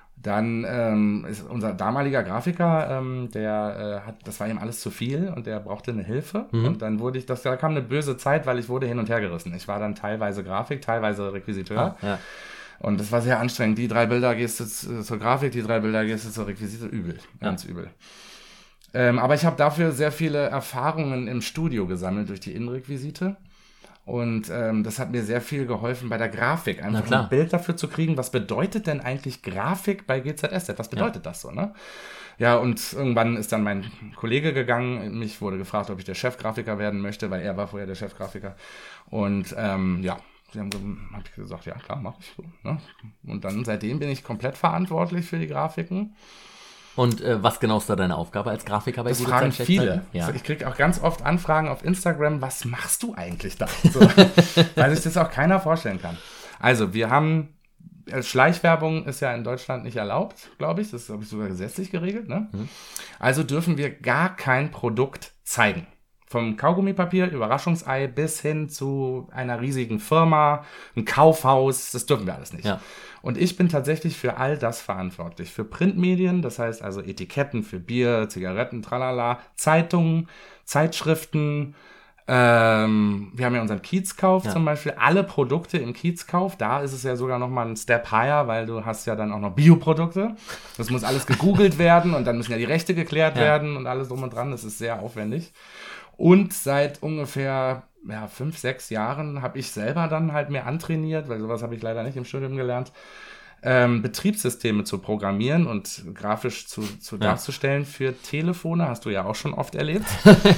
Dann ist unser damaliger Grafiker, das war ihm alles zu viel und der brauchte eine Hilfe. Mhm. Und dann da kam eine böse Zeit, weil ich wurde hin und her gerissen. Ich war dann teilweise Grafik, teilweise Requisiteur. Ja. Und das war sehr anstrengend. Die 3 Bilder gehst du zur Grafik, die 3 Bilder gehst du zur Requisite. Übel, ganz übel. Aber ich habe dafür sehr viele Erfahrungen im Studio gesammelt durch die Innenrequisite. Und das hat mir sehr viel geholfen bei der Grafik. Einfach ein Bild dafür zu kriegen, was bedeutet denn eigentlich Grafik bei GZSZ? Was bedeutet das so, ne? Ja, und irgendwann ist dann mein Kollege gegangen. Mich wurde gefragt, ob ich der Chefgrafiker werden möchte, weil er war vorher der Chefgrafiker. Und habe ich gesagt, ja klar, mache ich so. Ne? Und dann seitdem bin ich komplett verantwortlich für die Grafiken. Und was genau ist da deine Aufgabe als Grafiker bei gute Zeiten? Das fragen viele. Ja. Ich kriege auch ganz oft Anfragen auf Instagram, was machst du eigentlich da? So, weil sich das auch keiner vorstellen kann. Also wir haben, Schleichwerbung ist ja in Deutschland nicht erlaubt, glaube ich. Das ist, glaube ich, sogar gesetzlich geregelt. Ne? Mhm. Also dürfen wir gar kein Produkt zeigen. Vom Kaugummipapier, Überraschungsei bis hin zu einer riesigen Firma, ein Kaufhaus, das dürfen wir alles nicht. Ja. Und ich bin tatsächlich für all das verantwortlich. Für Printmedien, das heißt also Etiketten für Bier, Zigaretten, tralala, Zeitungen, Zeitschriften. Wir haben ja unseren Kiezkauf zum Beispiel. Alle Produkte im Kiezkauf, da ist es ja sogar nochmal ein Step higher, weil du hast ja dann auch noch Bioprodukte. Das muss alles gegoogelt werden und dann müssen ja die Rechte geklärt werden und alles drum und dran. Das ist sehr aufwendig. Und seit ungefähr 5, 6 Jahren habe ich selber dann halt mir antrainiert, weil sowas habe ich leider nicht im Studium gelernt, Betriebssysteme zu programmieren und grafisch zu darzustellen für Telefone, hast du ja auch schon oft erlebt,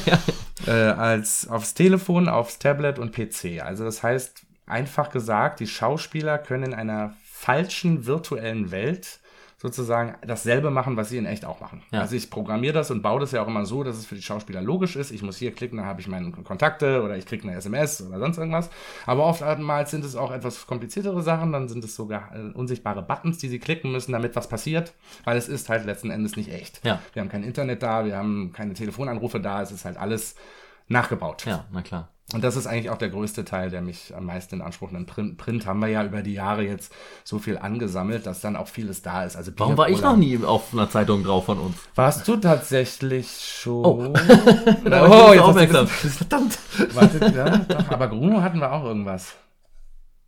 als aufs Telefon, aufs Tablet und PC. Also das heißt, einfach gesagt, die Schauspieler können in einer falschen virtuellen Welt sozusagen dasselbe machen, was sie in echt auch machen. Ja. Also ich programmiere das und baue das ja auch immer so, dass es für die Schauspieler logisch ist. Ich muss hier klicken, dann habe ich meine Kontakte oder ich kriege eine SMS oder sonst irgendwas. Aber oftmals sind es auch etwas kompliziertere Sachen, dann sind es sogar unsichtbare Buttons, die sie klicken müssen, damit was passiert, weil es ist halt letzten Endes nicht echt. Ja. Wir haben kein Internet da, wir haben keine Telefonanrufe da, es ist halt alles nachgebaut. Ja, na klar. Und das ist eigentlich auch der größte Teil, der mich am meisten in Anspruch nimmt. Print haben wir ja über die Jahre jetzt so viel angesammelt, dass dann auch vieles da ist. Also warum war ich noch nie auf einer Zeitung drauf von uns? Warst du tatsächlich schon? Oh, jetzt aufmerksam. Verdammt. Warte, ja, doch, aber Gruno hatten wir auch irgendwas.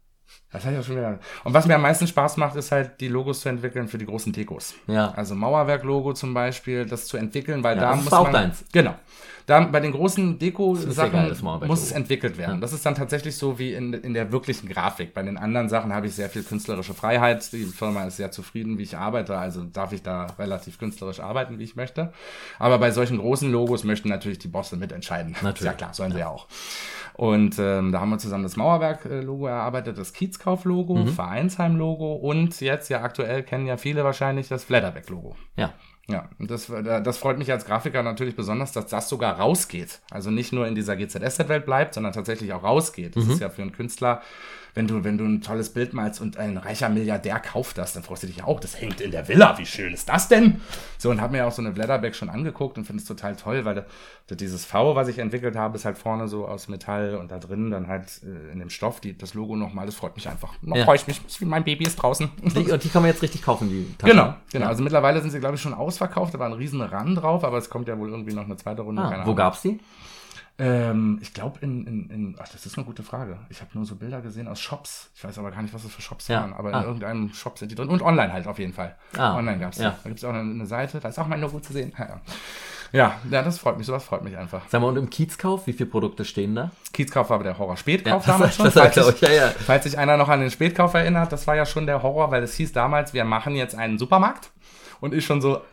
Das habe ich auch schon wieder. Und was mir am meisten Spaß macht, ist halt, die Logos zu entwickeln für die großen Dekos. Ja. Also Mauerwerk-Logo zum Beispiel, das zu entwickeln, weil da das muss ist auch man... deins. Genau. Da, bei den großen Das ist sehr geil, Deko-Sachen das Mauerwerk-Logo. muss es entwickelt werden. Das ist dann tatsächlich so wie in der wirklichen Grafik. Bei den anderen Sachen habe ich sehr viel künstlerische Freiheit. Die Firma ist sehr zufrieden, wie ich arbeite. Also darf ich da relativ künstlerisch arbeiten, wie ich möchte. Aber bei solchen großen Logos möchten natürlich die Bosse mitentscheiden. Natürlich. Ist ja klar, sollen sie ja auch. Und da haben wir zusammen das Mauerwerk-Logo erarbeitet, das Kiezkauf-Logo, Vereinsheim-Logo und jetzt ja aktuell kennen ja viele wahrscheinlich das Flatterback-Logo. Ja. Ja, und das freut mich als Grafiker natürlich besonders, dass das sogar rausgeht. Also nicht nur in dieser GZSZ-Welt bleibt, sondern tatsächlich auch rausgeht. Das ist ja für einen Künstler, wenn du ein tolles Bild malst und ein reicher Milliardär kauft das, dann freust du dich ja auch, das hängt in der Villa, wie schön ist das denn? So, und habe mir auch so eine Blätterback schon angeguckt und finde es total toll, weil dieses V, was ich entwickelt habe, ist halt vorne so aus Metall und da drin dann halt in dem Stoff das Logo nochmal, das freut mich einfach. Noch freue ich mich, mein Baby ist draußen. Und die kann man jetzt richtig kaufen, die Taschen. Genau. Ja. Also mittlerweile sind sie, glaube ich, schon ausverkauft, da war ein riesen Run drauf, aber es kommt ja wohl irgendwie noch eine zweite Runde. Keine Wo Ahnung. gab's die? Ich glaube ach, das ist eine gute Frage. Ich habe nur so Bilder gesehen aus Shops. Ich weiß aber gar nicht, was das für Shops waren, aber in irgendeinem Shop sind die drin. Und online halt auf jeden Fall. Online gab's die. Ja. Da gibt's auch eine Seite, da ist auch mein Logo zu sehen. Ja, das freut mich, sowas freut mich einfach. Sag mal, und im Kiezkauf, wie viele Produkte stehen da? Kiezkauf war aber der Horror. Spätkauf Ja, damals schon. das glaube ich, ja. Falls sich einer noch an den Spätkauf erinnert, das war ja schon der Horror, weil es hieß damals, wir machen jetzt einen Supermarkt. Und ich schon so,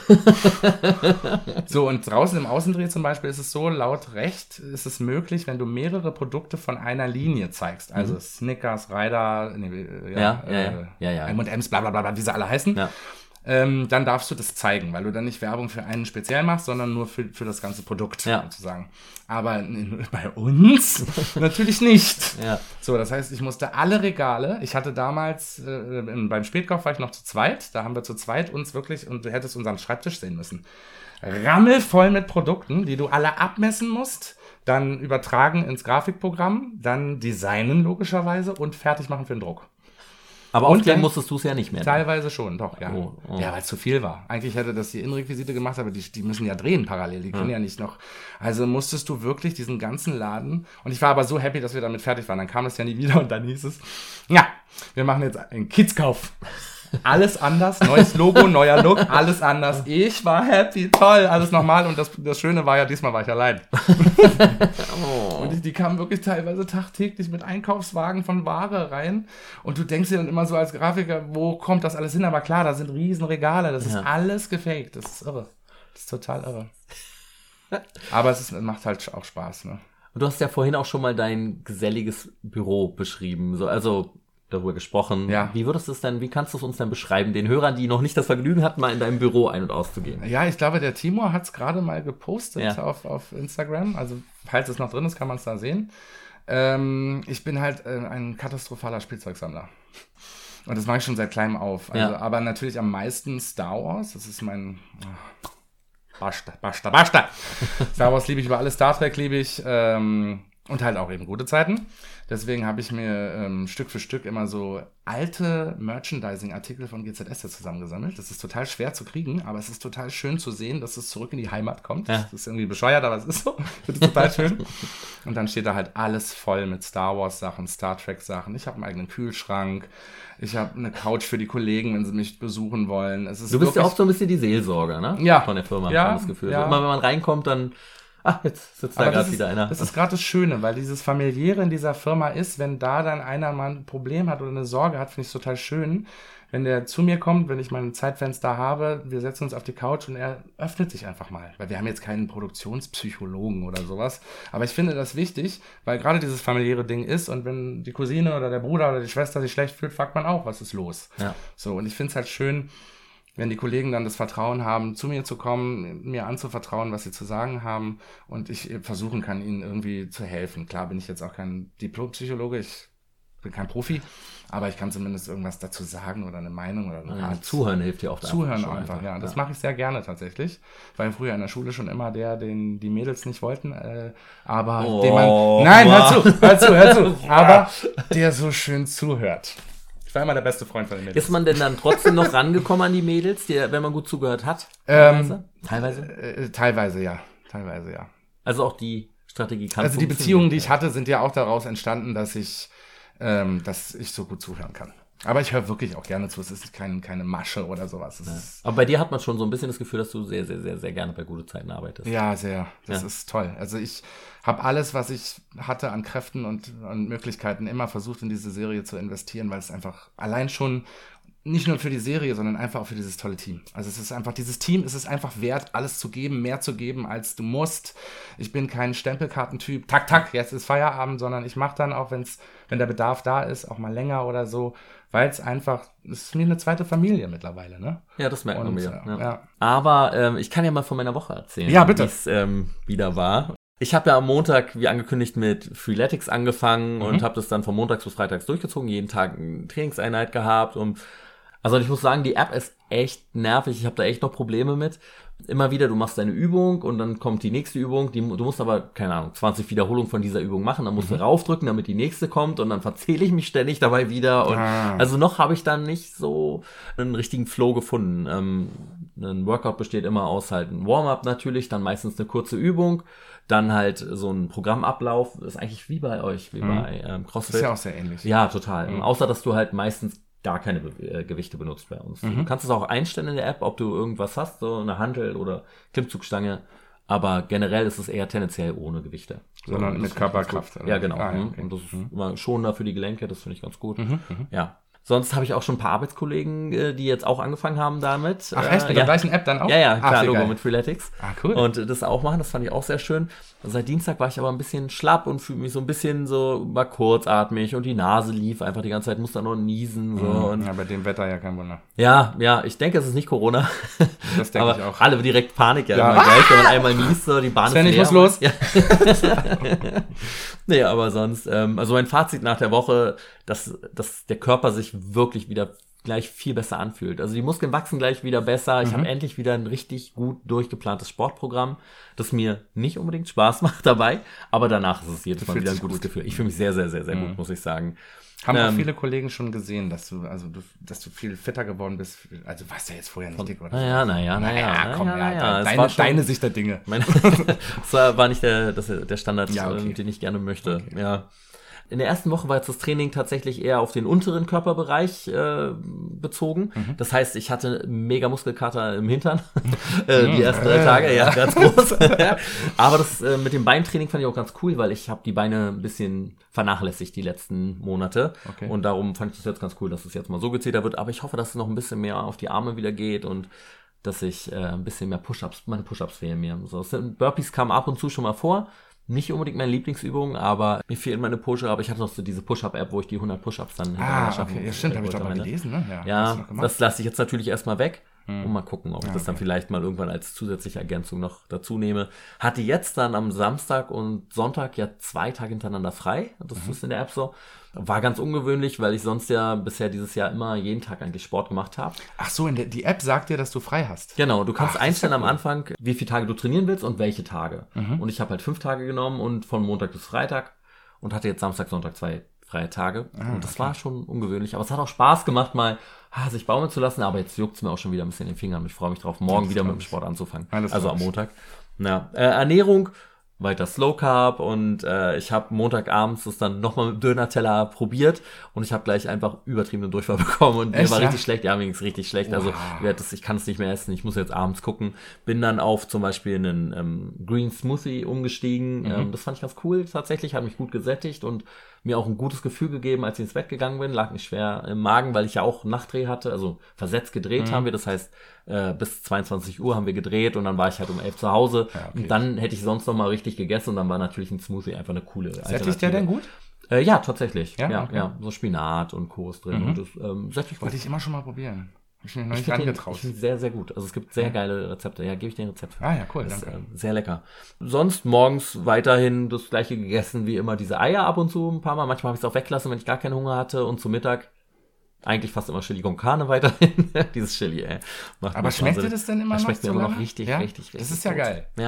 So, und draußen im Außendreh zum Beispiel ist es so, laut Recht ist es möglich, wenn du mehrere Produkte von einer Linie zeigst. Also Snickers, Ryder, M&M's, bla bla bla, wie sie alle heißen. Ja. Dann darfst du das zeigen, weil du dann nicht Werbung für einen speziell machst, sondern nur für das ganze Produkt sozusagen. Aber bei uns natürlich nicht. Ja. So, das heißt, ich musste alle Regale, ich hatte damals, beim Spätkauf war ich noch zu zweit, da haben wir zu zweit uns wirklich, und du hättest unseren Schreibtisch sehen müssen, rammelvoll mit Produkten, die du alle abmessen musst, dann übertragen ins Grafikprogramm, dann designen logischerweise und fertig machen für den Druck. Aber aufklären musstest du es ja nicht mehr. Teilweise schon, doch, ja. Oh. Ja, weil es zu viel war. Eigentlich hätte das die Innenrequisite gemacht, aber die müssen ja drehen parallel, die können ja nicht noch. Also musstest du wirklich diesen ganzen Laden, und ich war aber so happy, dass wir damit fertig waren. Dann kam es ja nie wieder und dann hieß es, ja, wir machen jetzt einen Kiezkauf. Alles anders, neues Logo, neuer Look, alles anders. Ich war happy, toll, alles nochmal. Und das Schöne war ja, diesmal war ich allein. Und die kamen wirklich teilweise tagtäglich mit Einkaufswagen von Ware rein. Und du denkst dir dann immer so als Grafiker, wo kommt das alles hin? Aber klar, da sind riesen Regale, das ist alles gefaked. Das ist irre. Das ist total irre. Aber es macht halt auch Spaß, ne? Und du hast ja vorhin auch schon mal dein geselliges Büro beschrieben. Also darüber gesprochen. Ja. Wie kannst du es uns denn beschreiben, den Hörern, die noch nicht das Vergnügen hatten, mal in deinem Büro ein- und auszugehen? Ja, ich glaube, der Timur hat es gerade mal gepostet auf Instagram. Also, falls es noch drin ist, kann man es da sehen. Ich bin halt ein katastrophaler Spielzeugsammler. Und das mache ich schon seit kleinem auf. Also, aber natürlich am meisten Star Wars. Das ist mein... Basta. Star Wars liebe ich über alles, Star Trek liebe ich. Und halt auch eben gute Zeiten. Deswegen habe ich mir Stück für Stück immer so alte Merchandising-Artikel von GZSZ zusammengesammelt. Das ist total schwer zu kriegen, aber es ist total schön zu sehen, dass es zurück in die Heimat kommt. Ja. Das ist irgendwie bescheuert, aber es ist so. Das ist total schön. Und dann steht da halt alles voll mit Star Wars-Sachen, Star Trek-Sachen. Ich habe einen eigenen Kühlschrank. Ich habe eine Couch für die Kollegen, wenn sie mich besuchen wollen. Es ist Du bist ja wirklich auch so ein bisschen die Seelsorger, ne? Ja. Von der Firma, Ja, habe ich das Gefühl. ja. So, immer wenn man reinkommt, dann jetzt sitzt da Aber gerade wieder einer. Das ist gerade das Schöne, weil dieses Familiäre in dieser Firma ist, wenn da dann einer mal ein Problem hat oder eine Sorge hat, finde ich es total schön, wenn der zu mir kommt, wenn ich mein Zeitfenster habe, wir setzen uns auf die Couch und er öffnet sich einfach mal. Weil wir haben jetzt keinen Produktionspsychologen oder sowas. Aber ich finde das wichtig, weil gerade dieses familiäre Ding ist und wenn die Cousine oder der Bruder oder die Schwester sich schlecht fühlt, fragt man auch, was ist los? Ja. So, und ich finde es halt schön, wenn die Kollegen dann das Vertrauen haben, zu mir zu kommen, mir anzuvertrauen, was sie zu sagen haben und ich versuchen kann, ihnen irgendwie zu helfen. Klar bin ich jetzt auch kein Diplompsychologe, ich bin kein Profi, aber ich kann zumindest irgendwas dazu sagen oder eine Meinung oder eine Art. Zuhören hilft dir oft Zuhören schon einfach, ja. Das mache ich sehr gerne tatsächlich. Weil früher in der Schule schon immer den die Mädels nicht wollten, aber den man... Nein, hör zu. Aber der so schön zuhört. Ich war immer der beste Freund von den Mädels. Ist man denn dann trotzdem noch rangekommen an die Mädels, wenn man gut zugehört hat? Teilweise, ja. Also auch die Strategie kann Also die Beziehungen, die ich hatte, sind ja auch daraus entstanden, dass ich dass ich so gut zuhören kann. Aber ich höre wirklich auch gerne zu. Es ist keine Masche oder sowas. Aber bei dir hat man schon so ein bisschen das Gefühl, dass du sehr, sehr, sehr, sehr gerne bei Gute Zeiten arbeitest. Ja, sehr. Das ist toll. Also ich habe alles, was ich hatte an Kräften und Möglichkeiten, immer versucht, in diese Serie zu investieren, weil es einfach allein schon nicht nur für die Serie, sondern einfach auch für dieses tolle Team. Also es ist einfach, dieses Team ist es einfach wert, alles zu geben, mehr zu geben, als du musst. Ich bin kein Stempelkartentyp, tak, jetzt ist Feierabend, sondern ich mache dann auch, wenn der Bedarf da ist, auch mal länger oder so, weil es einfach, es ist wie eine zweite Familie mittlerweile, ne? Ja, das merkt man mir. Ja. Aber ich kann ja mal von meiner Woche erzählen, ja, bitte. Wie es wieder war. Ich habe ja am Montag, wie angekündigt, mit Freeletics angefangen und habe das dann von montags bis freitags durchgezogen, jeden Tag eine Trainingseinheit gehabt. Also ich muss sagen, die App ist echt nervig. Ich habe da echt noch Probleme mit. Immer wieder, du machst deine Übung und dann kommt die nächste Übung. Du musst aber, keine Ahnung, 20 Wiederholungen von dieser Übung machen. Dann musst du raufdrücken, damit die nächste kommt. Und dann verzähle ich mich ständig dabei wieder. Und also noch habe ich dann nicht so einen richtigen Flow gefunden. Ein Workout besteht immer aus halt einem Warm-up natürlich, dann meistens eine kurze Übung. Dann halt so ein Programmablauf. Das ist eigentlich wie bei euch, wie bei CrossFit. Ist ja auch sehr ähnlich. Ja, total. Außer, dass du halt meistens gar keine Gewichte benutzt bei uns. Du kannst es auch einstellen in der App, ob du irgendwas hast, so eine Hantel oder Klimmzugstange, aber generell ist es eher tendenziell ohne Gewichte. Sondern mit Körperkraft. Ja, genau. Okay. Und das ist immer schonender für die Gelenke, das finde ich ganz gut. Ja. Sonst habe ich auch schon ein paar Arbeitskollegen, die jetzt auch angefangen haben damit. Ach, echt? Mit der gleichen App dann auch? Ja, klar, Logo mit Freeletics. Cool. Und das auch machen, das fand ich auch sehr schön. Seit Dienstag war ich aber ein bisschen schlapp und fühle mich so ein bisschen so, war kurzatmig und die Nase lief einfach die ganze Zeit, musste nur niesen. So. Und ja, bei dem Wetter ja kein Wunder. Ja, ich denke, es ist nicht Corona. Das denke ich auch. Alle direkt Panik, immer gleich, wenn man einmal niest, so, die Bahn Sven, ist leer. ich muss los. Ja. Nee, aber sonst, also mein Fazit nach der Woche, dass der Körper sich wirklich wieder gleich viel besser anfühlt. Also die Muskeln wachsen gleich wieder besser. Ich habe endlich wieder ein richtig gut durchgeplantes Sportprogramm, das mir nicht unbedingt Spaß macht dabei, aber danach ist es jedes Mal wieder ein gutes Gefühl. Ich fühle mich sehr, sehr, sehr, sehr gut, muss ich sagen. Haben auch viele Kollegen schon gesehen, dass du viel fitter geworden bist. Also warst du ja jetzt vorher nicht dick, oder? Naja. Komm, deine Sicht der Dinge. Das war nicht der Standard, okay. den ich gerne möchte. Okay. Ja. In der ersten Woche war jetzt das Training tatsächlich eher auf den unteren Körperbereich bezogen. Das heißt, ich hatte mega Muskelkater im Hintern die ersten 3 Tage, ja, ganz groß. Aber das mit dem Beintraining fand ich auch ganz cool, weil ich habe die Beine ein bisschen vernachlässigt die letzten Monate. Okay. Und darum fand ich das jetzt ganz cool, dass es jetzt mal so gezählt wird. Aber ich hoffe, dass es noch ein bisschen mehr auf die Arme wieder geht und dass ich ein bisschen mehr meine Push-Ups fehlen mir. So, Burpees kamen ab und zu schon mal vor. Nicht unbedingt meine Lieblingsübung, aber mir fehlen meine Push-Ups. Aber ich hatte noch so diese Push-Up-App, wo ich die 100 Push-Ups dann hinterher schaffe. Okay, ja, stimmt, habe ich doch mal gelesen, ne? Ja, das lasse ich jetzt natürlich erstmal weg. Und mal gucken, ob ich das dann vielleicht mal irgendwann als zusätzliche Ergänzung noch dazu nehme. Hatte jetzt dann am Samstag und Sonntag ja 2 Tage hintereinander frei. Das ist in der App so. War ganz ungewöhnlich, weil ich sonst ja bisher dieses Jahr immer jeden Tag eigentlich Sport gemacht habe. Ach so, die App sagt dir, dass du frei hast. Genau, du kannst einstellen am Anfang, wie viele Tage du trainieren willst und welche Tage. Und ich habe halt 5 Tage genommen und von Montag bis Freitag und hatte jetzt Samstag, Sonntag 2 freie Tage. Und das war schon ungewöhnlich. Aber es hat auch Spaß gemacht, mal sich baumeln zu lassen. Aber jetzt juckt es mir auch schon wieder ein bisschen in den Fingern. Ich freue mich drauf, morgen wieder mit dem Sport anzufangen. Also am Montag. Ja, Ernährung, weiter Slow Carb und ich habe Montagabends das dann nochmal mit dem Döner-Teller probiert und ich habe gleich einfach übertriebenen Durchfall bekommen und mir war richtig schlecht. Ja, mir ging es richtig schlecht. Also ich kann es nicht mehr essen. Ich muss jetzt abends gucken. Bin dann auf zum Beispiel einen Green Smoothie umgestiegen. Das fand ich ganz cool tatsächlich. Hat mich gut gesättigt und mir auch ein gutes Gefühl gegeben, als ich ins Bett gegangen bin. Lag nicht schwer im Magen, weil ich ja auch Nachtdreh hatte. Also versetzt gedreht haben wir. Das heißt, bis 22 Uhr haben wir gedreht und dann war ich halt um 11 zu Hause. Ja, okay. Und dann hätte ich sonst noch mal richtig gegessen und dann war natürlich ein Smoothie einfach eine coole Alternative. Sättigt der denn gut? Ja, tatsächlich. Ja, okay. Ja, so Spinat und Co. ist drin. Und das sättigt gut. Wollte ich immer schon mal probieren. Ich bin noch nicht angetraut. Ich finde sehr, sehr gut. Also es gibt sehr geile Rezepte. Ja, gebe ich dir ein Rezept für. Ja, cool, das danke. Ist, sehr lecker. Sonst morgens weiterhin das gleiche gegessen wie immer. Diese Eier ab und zu ein paar Mal. Manchmal habe ich es auch weggelassen, wenn ich gar keinen Hunger hatte. Und zu Mittag eigentlich fast immer Chili con Carne weiterhin. Dieses Chili, Aber schmeckt dir das denn immer noch? Schmeckt mir immer noch richtig. Das ist ja geil. Ja.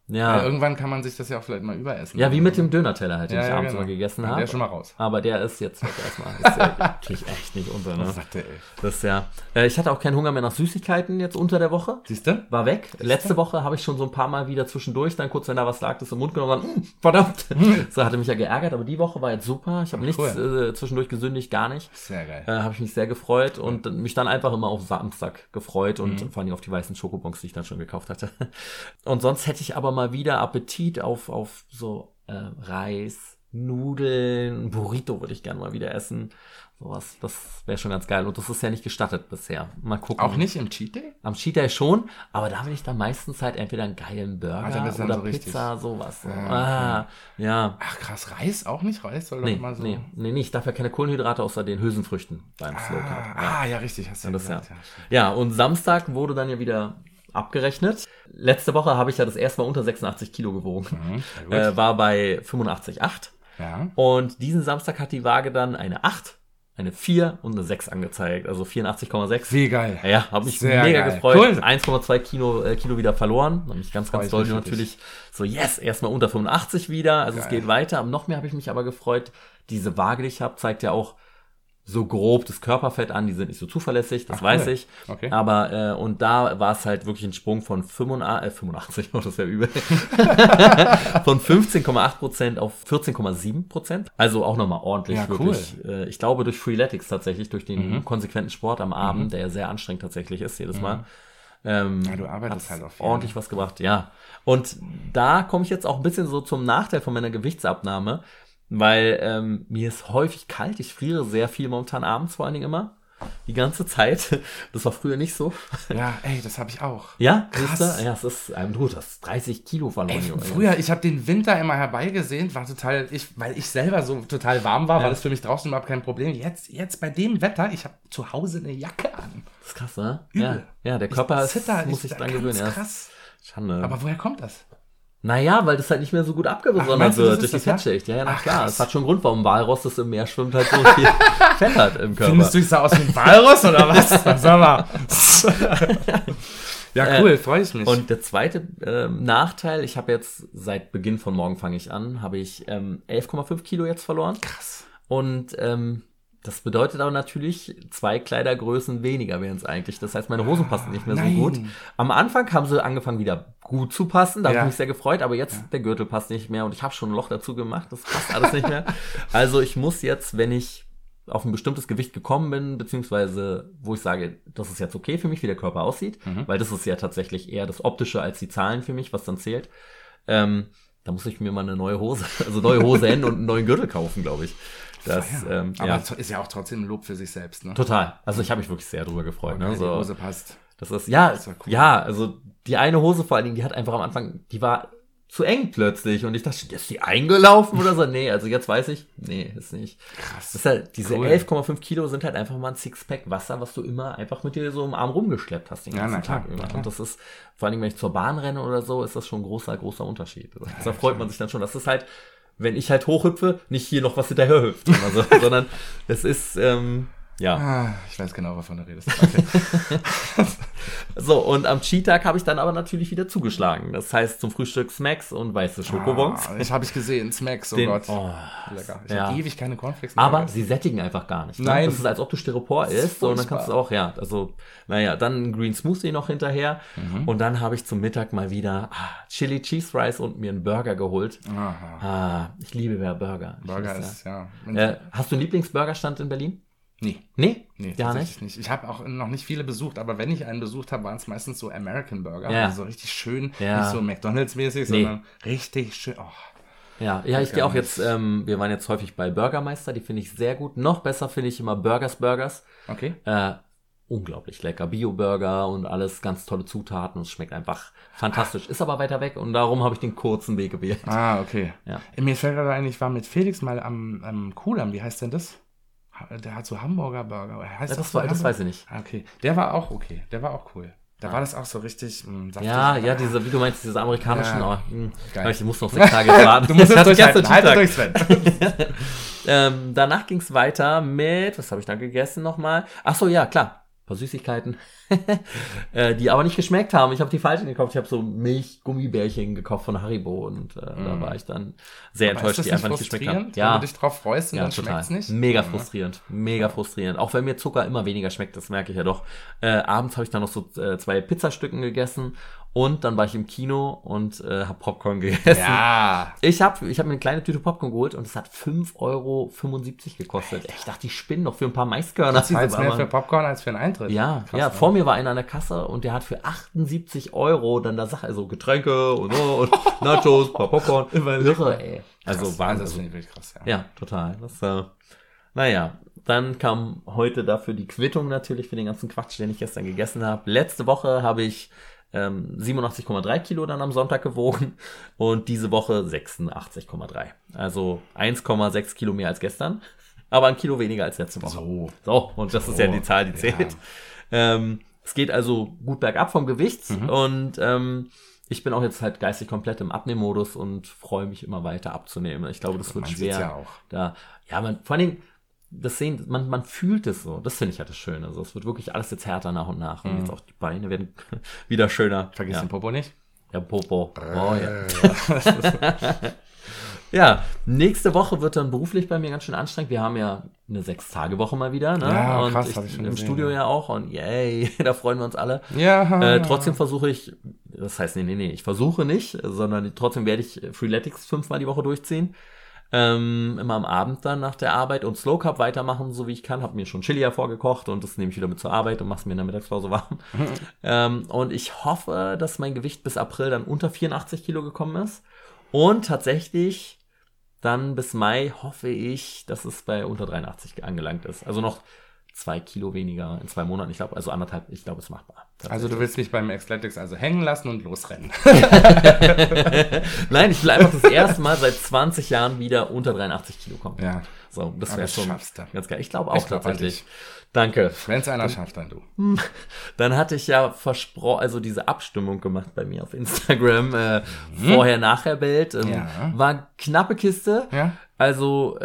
Ja. Weil irgendwann kann man sich das ja auch vielleicht mal überessen. Ja, wie mit dem Döner-Teller halt, den Ja, ich ja, abends genau. mal gegessen Ja, habe. der ist schon mal raus. Aber der ist jetzt halt erstmal. Ist ja natürlich echt nicht unser, ne? Was sagt der, ey? Das ist ja. Ich hatte auch keinen Hunger mehr nach Süßigkeiten jetzt unter der Woche. Siehst du? War weg. Letzte Woche habe ich schon so ein paar Mal wieder zwischendurch, dann kurz, wenn da was lag, das im Mund genommen, dann, verdammt. So hatte mich ja geärgert, aber die Woche war jetzt super. Ich habe nichts zwischendurch gesündigt, gar nicht. Sehr geil. Habe ich mich sehr gefreut und mich dann einfach immer auf Samstag gefreut und vor allem auf die weißen Schokobons, die ich dann schon gekauft hatte. Und sonst hätte ich aber mal wieder Appetit auf so Reis, Nudeln, Burrito würde ich gerne mal wieder essen. Sowas, das wäre schon ganz geil. Und das ist ja nicht gestattet bisher. Mal gucken. Auch nicht im Cheat Day? Am Cheat Day schon, aber da will ich dann meistens halt entweder einen geilen Burger dann ist dann oder so richtig. Pizza, sowas. So. Ja, Ja. Ach krass, Reis auch nicht? Reis soll doch mal so... Nee, ich darf ja keine Kohlenhydrate außer den Hülsenfrüchten beim Slow Carb. Ja, richtig, hast du Das gesagt. ja. Ja, und Samstag wurde dann ja wieder abgerechnet. Letzte Woche habe ich ja das erste Mal unter 86 Kilo gewogen. Sehr gut. War bei 85,8. Ja. Und diesen Samstag hat die Waage dann eine 8, eine 4 und eine 6 angezeigt. Also 84,6. Wie geil. Ja, habe mich Sehr mega geil. gefreut. Cool. 1,2 Kilo wieder verloren. Habe mich ganz Freu ich doll mich natürlich so, yes, erstmal unter 85 wieder. Also es Geil. geht weiter. Noch mehr habe ich mich aber gefreut. Diese Waage, die ich habe, zeigt ja auch so grob das Körperfett an. Die sind nicht so zuverlässig, das weiß cool. ich. Okay. Aber, und da war es halt wirklich ein Sprung von 85, oh, das wäre übel. Von 15,8% auf 14,7%. Also auch nochmal ordentlich, Ja, wirklich. Ich glaube durch Freeletics tatsächlich, durch den konsequenten Sport am Abend, der ja sehr anstrengend tatsächlich ist, jedes Mal. Ja, du arbeitest halt auf jeden Ordentlich was gebracht, ja. Und da komme ich jetzt auch ein bisschen so zum Nachteil von meiner Gewichtsabnahme, weil mir ist häufig kalt. Ich friere sehr viel momentan abends, vor allen Dingen immer. Die ganze Zeit. Das war früher nicht so. Ja, ey, das habe ich auch. Ja? Krass. Siehst du? Ja, es ist, du hast 30 Kilo verloren. Junge. Früher, ich habe den Winter immer herbeigesehnt, war total, weil ich selber so total warm war, war das für mich draußen überhaupt kein Problem. Jetzt bei dem Wetter, ich habe zu Hause eine Jacke an. Das ist krass, ne? Übel. Ja, der Körper muss sich dann dran gewöhnen. Ja. Krass. Schande. Aber woher kommt das? Naja, weil das halt nicht mehr so gut abgesondert meinst du, wird das durch ist die das, ja? Fettschicht. Ja, na Ach, klar. krass. Es hat schon einen Grund, warum ein Walross, das im Meer schwimmt, halt so viel Fett hat im Körper. Findest du, ich sah aus wie ein Walross oder was? Sag mal. Ja, cool, freue ich mich. Und der zweite Nachteil, ich habe jetzt seit Beginn von morgen fange ich an, habe ich 11,5 Kilo jetzt verloren. krass. Und das bedeutet aber natürlich 2 Kleidergrößen weniger wären es eigentlich. Das heißt, meine Hosen passen nicht mehr nein. so gut. Am Anfang haben sie angefangen wieder gut zu passen. Da habe Ja. ich mich sehr gefreut. Aber jetzt der Gürtel passt nicht mehr und ich habe schon ein Loch dazu gemacht. Das passt alles nicht mehr. Also ich muss jetzt, wenn ich auf ein bestimmtes Gewicht gekommen bin, beziehungsweise wo ich sage, das ist jetzt okay für mich, wie der Körper aussieht, weil das ist ja tatsächlich eher das Optische als die Zahlen für mich, was dann zählt, da muss ich mir mal eine neue Hose hin und einen neuen Gürtel kaufen, glaube ich. Das, Aber ist ja auch trotzdem ein Lob für sich selbst, ne? total. Also ich habe mich wirklich sehr drüber gefreut. Ne? Die So, Hose passt. das ist, ja, Das ist ja cool. ja, also die eine Hose vor allen Dingen, die hat einfach am Anfang, die war zu eng plötzlich und ich dachte, ist die eingelaufen oder so? Nee, also jetzt weiß ich, nee, ist nicht. Krass. Das ist halt, diese Cool. 11,5 Kilo sind halt einfach mal ein Sixpack Wasser, was du immer einfach mit dir so im Arm rumgeschleppt hast den Ja, ganzen na klar, Tag na über. klar. Und das ist, vor allen Dingen, wenn ich zur Bahn renne oder so, ist das schon ein großer Unterschied. Also, da freut man sich dann schon. Das ist halt, wenn ich halt hochhüpfe, nicht hier noch was hinterher hüpft, also, sondern es ist, ja. Ah, ich weiß genau, wovon du redest. Okay. So, und am Cheat-Tag habe ich dann aber natürlich wieder zugeschlagen. Das heißt, zum Frühstück Smacks und weiße Schokobons. Habe ich gesehen, Smacks, oh Den- Gott. oh, Lecker. Ich ja. habe ewig keine Cornflakes mehr Aber gegessen. sie sättigen einfach gar nicht. Ne? Nein. Das ist, als ob du Styropor isst. So, und dann kannst du auch, ja, also, naja, dann einen Green Smoothie noch hinterher. Und dann habe ich zum Mittag mal wieder Chili Cheese Fries und mir einen Burger geholt. Aha. Ich liebe ja Burger. Burger Ich ist, ja. hast du einen Lieblingsburgerstand in Berlin? Nee. Nee? Nee, Gar tatsächlich nicht. Ich habe auch noch nicht viele besucht, aber wenn ich einen besucht habe, waren es meistens so American Burger. Ja. Also so richtig schön, Ja. nicht so McDonalds-mäßig, Nee. sondern richtig schön. Oh, Ja, ich gehe gar auch jetzt, wir waren jetzt häufig bei Burgermeister, die finde ich sehr gut. Noch besser finde ich immer Burgers. okay. Unglaublich lecker. Bio-Burger und alles, ganz tolle Zutaten und es schmeckt einfach fantastisch. Ist aber weiter weg und darum habe ich den kurzen Weg gewählt. Ah, okay. Ja. Mir fällt gerade ein, ich war mit Felix mal am Kudamm. Wie heißt denn das? Der hat so Hamburger Burger. Heißt Das so weiß ich nicht. Ah, okay. Der war auch okay. Der war auch cool. Da war das auch so richtig saftig. Ja, diese, wie du meinst, diese amerikanischen, Ja. aber Geil. ich muss noch 6 Tage jetzt warten. Du musst Ich es hatte durchhalten. gestern Halte Cheat-Tag. durch, Sven. Danach ging es weiter mit, was habe ich dann gegessen nochmal? Ach so, ja, klar. paar Süßigkeiten, die aber nicht geschmeckt haben. Ich habe die falschen gekauft. Ich habe so Milch-Gummibärchen gekauft von Haribo und da war ich dann sehr enttäuscht, die einfach nicht geschmeckt haben. Ja, wenn du dich drauf freust und dann schmeckt's nicht? Mega frustrierend. Mega frustrierend. Auch wenn mir Zucker immer weniger schmeckt, das merke ich ja doch. Abends habe ich dann noch so 2 Pizzastücken gegessen und dann war ich im Kino und habe Popcorn gegessen. Ja. Ich hab mir eine kleine Tüte Popcorn geholt und es hat 5,75 Euro gekostet. Ich dachte, die spinnen doch für ein paar Maiskörner. Das heißt mehr für Popcorn als für einen Eintritt. Ja, Krass, ja. Vor mir war einer an der Kasse und der hat für 78 Euro dann da Sache, also Getränke und so und Nachos, paar Popcorn. Irre, ey. Also krass, Wahnsinn. Das finde ich wirklich krass, ja. Ja, total. Das, naja, dann kam heute dafür die Quittung natürlich für den ganzen Quatsch, den ich gestern gegessen habe. Letzte Woche habe ich 87,3 Kilo dann am Sonntag gewogen und diese Woche 86,3. Also 1,6 Kilo mehr als gestern, aber ein Kilo weniger als letzte Woche. So, und das ist ja die Zahl, die zählt. Ja. Es geht also gut bergab vom Gewicht und ich bin auch jetzt halt geistig komplett im Abnehmmodus und freue mich immer weiter abzunehmen. Ich glaube, das wird schwer. Ja, auch. Vor allen Dingen, man fühlt es so. Das finde ich halt das Schöne. Also es wird wirklich alles jetzt härter nach und nach. Und jetzt auch die Beine werden wieder schöner. Vergiss den Popo nicht. Ja, Popo. Oh, ja. Ja, nächste Woche wird dann beruflich bei mir ganz schön anstrengend. Wir haben ja eine 6-Tage-Woche mal wieder. Ne? Ja, und krass, hab ich schon im gesehen, Studio ja auch. Und yay, da freuen wir uns alle. Ja. Trotzdem versuche ich, das heißt, nee, ich versuche nicht, sondern trotzdem werde ich Freeletics 5-mal die Woche durchziehen. Immer am Abend dann nach der Arbeit und Slow Cup weitermachen, so wie ich kann. Hab mir schon Chili vorgekocht und das nehme ich wieder mit zur Arbeit und mach's mir in der Mittagspause warm. Und ich hoffe, dass mein Gewicht bis April dann unter 84 Kilo gekommen ist. Und tatsächlich dann bis Mai hoffe ich, dass es bei unter 83 angelangt ist. Also noch 2 Kilo weniger in 2 Monaten. Ich glaube, also 1,5, ich glaube, es ist machbar. Also du willst mich beim Xletics also hängen lassen und losrennen. Nein, ich will einfach das erste Mal seit 20 Jahren wieder unter 83 Kilo kommen. Ja. So, das wäre schon ganz geil. Ich glaube auch Ich glaub tatsächlich. Danke. Wenn es einer schafft, dann du. Dann hatte ich ja diese Abstimmung gemacht bei mir auf Instagram. Vorher-Nachher-Bild. War knappe Kiste. Ja. Also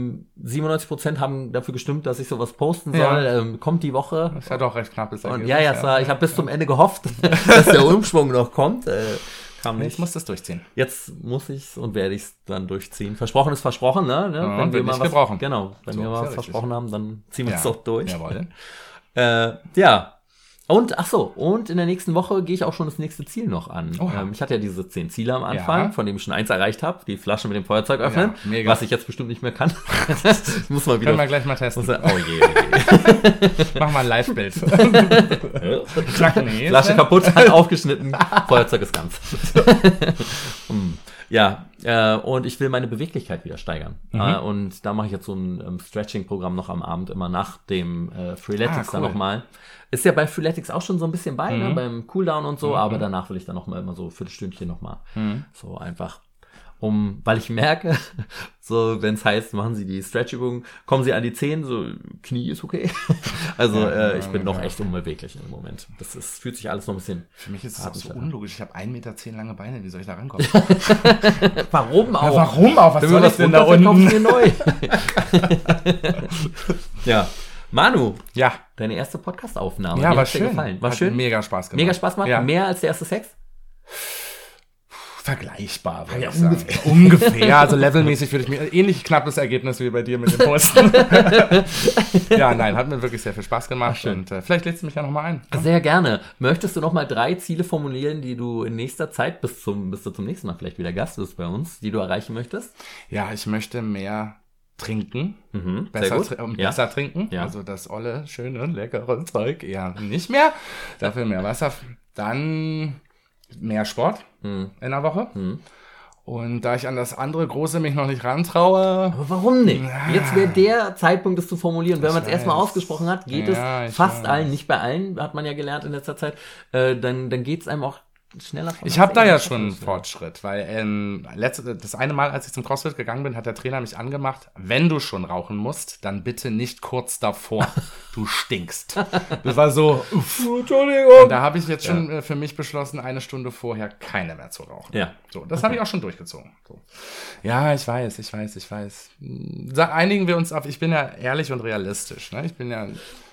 97% haben dafür gestimmt, dass ich sowas posten soll. Kommt die Woche. Das ist ja doch recht knappes Ergebnis. Und ich habe bis zum Ende gehofft, dass der Umschwung noch kommt. Kam nicht. Jetzt musst du es durchziehen. Jetzt muss ich's und werde ich's dann durchziehen. Versprochen ist versprochen, ne? Ja, wenn wir mal gebrochen. Genau, wenn wir mal was versprochen haben, dann ziehen wir es doch durch. Jawohl. Ja. Und in der nächsten Woche gehe ich auch schon das nächste Ziel noch an. Ich hatte ja diese 10 Ziele am Anfang, von denen ich schon 1 erreicht habe. Die Flasche mit dem Feuerzeug öffnen, was ich jetzt bestimmt nicht mehr kann. Das muss mal wieder. Können wir gleich mal testen. Oh je. Mach mal ein Live-Bild. Flasche kaputt, Hand aufgeschnitten, Feuerzeug ist ganz. Ja, und ich will meine Beweglichkeit wieder steigern. Und da mache ich jetzt so ein Stretching-Programm noch am Abend, immer nach dem Freeletics dann nochmal. Ist ja bei Freeletics auch schon so ein bisschen bei, ne, beim Cooldown und so, aber danach will ich dann nochmal immer so ein Viertelstündchen nochmal. So einfach, weil ich merke, so wenn es heißt, machen Sie die Stretchübungen, kommen Sie an die Zehen, so Knie ist okay. Also ich bin noch echt unbeweglich im Moment. Fühlt sich alles noch ein bisschen. Für mich ist es auch so unlogisch. Ich habe 1,10 Meter lange Beine. Wie soll ich da rankommen? Warum auch? Ja, warum auch? Was soll ich denn da unten? Mir neu. Ja. Manu, deine erste Podcast-Aufnahme. Ja, war schön. War schön? Mega Spaß gemacht. Mega Spaß gemacht? Ja. Mehr als der erste Sex? Vergleichbar, würde ich sagen. Ungefähr. Also levelmäßig würde ich mir ähnlich knappes Ergebnis wie bei dir mit dem Posten. Ja, nein, hat mir wirklich sehr viel Spaß gemacht. Und vielleicht lädst du mich ja nochmal ein. Sehr gerne. Möchtest du nochmal 3 Ziele formulieren, die du in nächster Zeit, bis du zum nächsten Mal vielleicht wieder Gast bist bei uns, die du erreichen möchtest? Ja, ich möchte mehr trinken, besser trinken, also das olle, schöne, leckere Zeug eher nicht mehr, dafür mehr Wasser, dann mehr Sport in der Woche und da ich an das andere Große mich noch nicht rantraue. Aber warum nicht? Jetzt wäre der Zeitpunkt, das zu formulieren. Wenn man es erstmal ausgesprochen hat, geht es fast allen, nicht bei allen, hat man ja gelernt in letzter Zeit, dann geht es einem auch schneller. Ich habe da ja schon einen Fortschritt, weil das eine Mal, als ich zum CrossFit gegangen bin, hat der Trainer mich angemacht, wenn du schon rauchen musst, dann bitte nicht kurz davor. Du stinkst. Das war so, Entschuldigung. Und da habe ich jetzt schon für mich beschlossen, 1 Stunde vorher keine mehr zu rauchen. Ja. So, das habe ich auch schon durchgezogen. So. Ja, ich weiß. Einigen wir uns auf, ich bin ja ehrlich und realistisch. Ne? Ich bin ja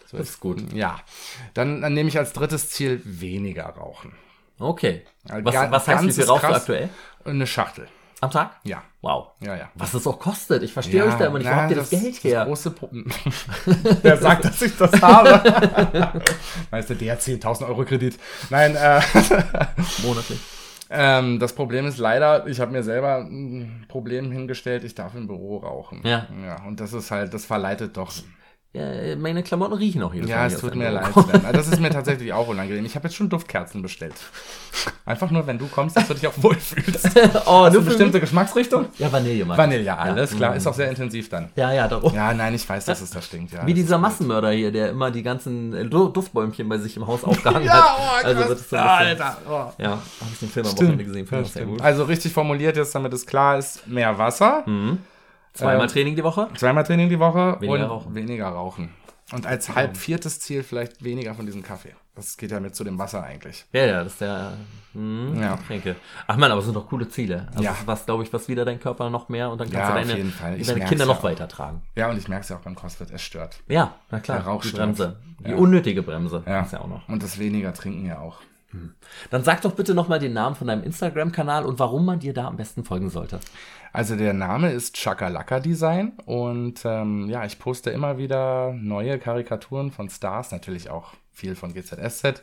So Das ist gut. Ja. Dann nehme ich als drittes Ziel weniger rauchen. Okay. Ja, Was heißt, wie viel rauchst du aktuell? Eine Schachtel. Am Tag? Ja. Wow. Ja. Was das auch kostet. Ich verstehe euch da immer nicht. Wo habt ihr das Geld her? Das große Wer sagt, dass ich das habe? Weißt du, der 10.000 Euro Kredit. Nein, Monatlich. Das Problem ist leider, ich habe mir selber ein Problem hingestellt, ich darf im Büro rauchen. Ja. Und das ist halt, das verleitet doch. Ja, meine Klamotten riechen auch jedes Mal. Ja, es tut mir leid, Sven. Das ist mir tatsächlich auch unangenehm. Ich habe jetzt schon Duftkerzen bestellt. Einfach nur, wenn du kommst, dass du dich auch wohlfühlst. Oh, nur bestimmte Geschmacksrichtung? Ja, Vanille mag Vanille, alles klar. Ist auch sehr intensiv dann. Ja, darum. Ja, nein, ich weiß, dass es da stinkt. Ja, Wie dieser Massenmörder hier, der immer die ganzen Duftbäumchen bei sich im Haus aufgehangen ja, hat. Also wird es so ein bisschen, Alter. Oh. Ja, habe ich den Film am Wochenende gesehen. Finde ich sehr gut. Also richtig formuliert jetzt, damit es klar ist, mehr Wasser. Zweimal Training die Woche. Zweimal Training die Woche Weniger weniger rauchen. Und als viertes Ziel vielleicht weniger von diesem Kaffee. Das geht ja mit zu dem Wasser eigentlich. Ja, das ist der Getränke. Ach man, aber es sind doch coole Ziele. Also das ist was, glaube ich, was wieder dein Körper noch mehr und dann kannst du auf jeden Fall. deine Kinder noch weitertragen. Ja, und ich merke es ja auch beim CrossFit, es stört. Ja, na klar, Der Rauch die stört. Bremse. Die unnötige Bremse. Ja. Ist ja auch noch. Und das weniger trinken ja auch. Dann sag doch bitte nochmal den Namen von deinem Instagram-Kanal und warum man dir da am besten folgen sollte. Also der Name ist Chakalaka Design und ich poste immer wieder neue Karikaturen von Stars, natürlich auch viel von GZSZ,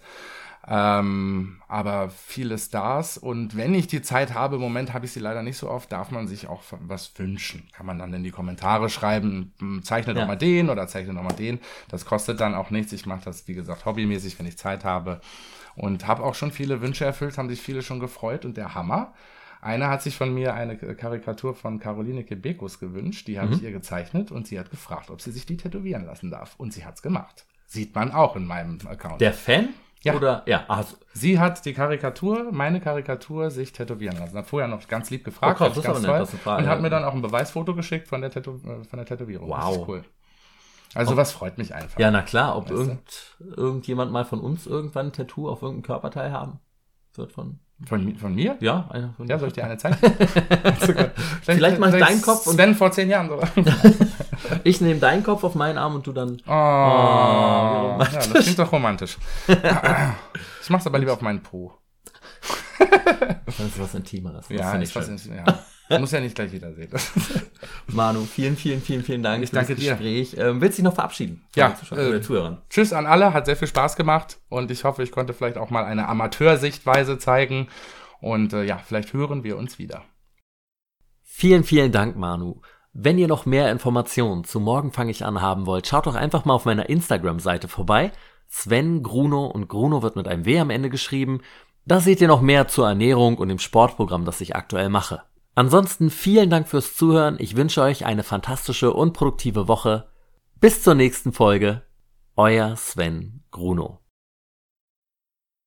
aber viele Stars. Und wenn ich die Zeit habe, im Moment habe ich sie leider nicht so oft, darf man sich auch was wünschen. Kann man dann in die Kommentare schreiben, zeichne doch mal den oder zeichne doch mal den. Das kostet dann auch nichts. Ich mache das, wie gesagt, hobbymäßig, wenn ich Zeit habe. Und habe auch schon viele Wünsche erfüllt, haben sich viele schon gefreut. Und der Hammer, einer hat sich von mir eine Karikatur von Caroline Kebekus gewünscht. Die habe ich ihr gezeichnet und sie hat gefragt, ob sie sich die tätowieren lassen darf. Und sie hat's gemacht. Sieht man auch in meinem Account. Der Fan? Ja. Oder? Ja. Also. Sie hat die meine Karikatur, sich tätowieren lassen. Hat vorher noch ganz lieb gefragt. Oh, das ist aber nett, dass du fragst. Und hat mir dann auch ein Beweisfoto geschickt von der Tätowierung. Wow. Das ist cool. Also was freut mich einfach. Ja, na klar, ob irgendjemand mal von uns irgendwann ein Tattoo auf irgendeinem Körperteil haben wird von mir? Ja, einer von Ja, soll ich dir eine zeigen? Vielleicht mache ich deinen Kopf und Sven vor 10 Jahren sogar. ich nehme deinen Kopf auf meinen Arm und du dann. Ja, das klingt doch romantisch. Ich mach's aber lieber auf meinen Po. Das ist was Intimeres. Ja, ist was Intimeres. Ja. Muss ja nicht gleich jeder sehen. Manu, vielen Dank für das Gespräch. Willst du dich noch verabschieden? Ja, Zuhörern. Tschüss an alle, hat sehr viel Spaß gemacht und ich hoffe, ich konnte vielleicht auch mal eine Amateursichtweise zeigen und vielleicht hören wir uns wieder. Vielen Dank, Manu. Wenn ihr noch mehr Informationen zu Morgen fange ich an haben wollt, schaut doch einfach mal auf meiner Instagram-Seite vorbei. Sven Gruno und Gruno wird mit einem W am Ende geschrieben. Da seht ihr noch mehr zur Ernährung und dem Sportprogramm, das ich aktuell mache. Ansonsten vielen Dank fürs Zuhören. Ich wünsche euch eine fantastische und produktive Woche. Bis zur nächsten Folge. Euer Sven Gruno.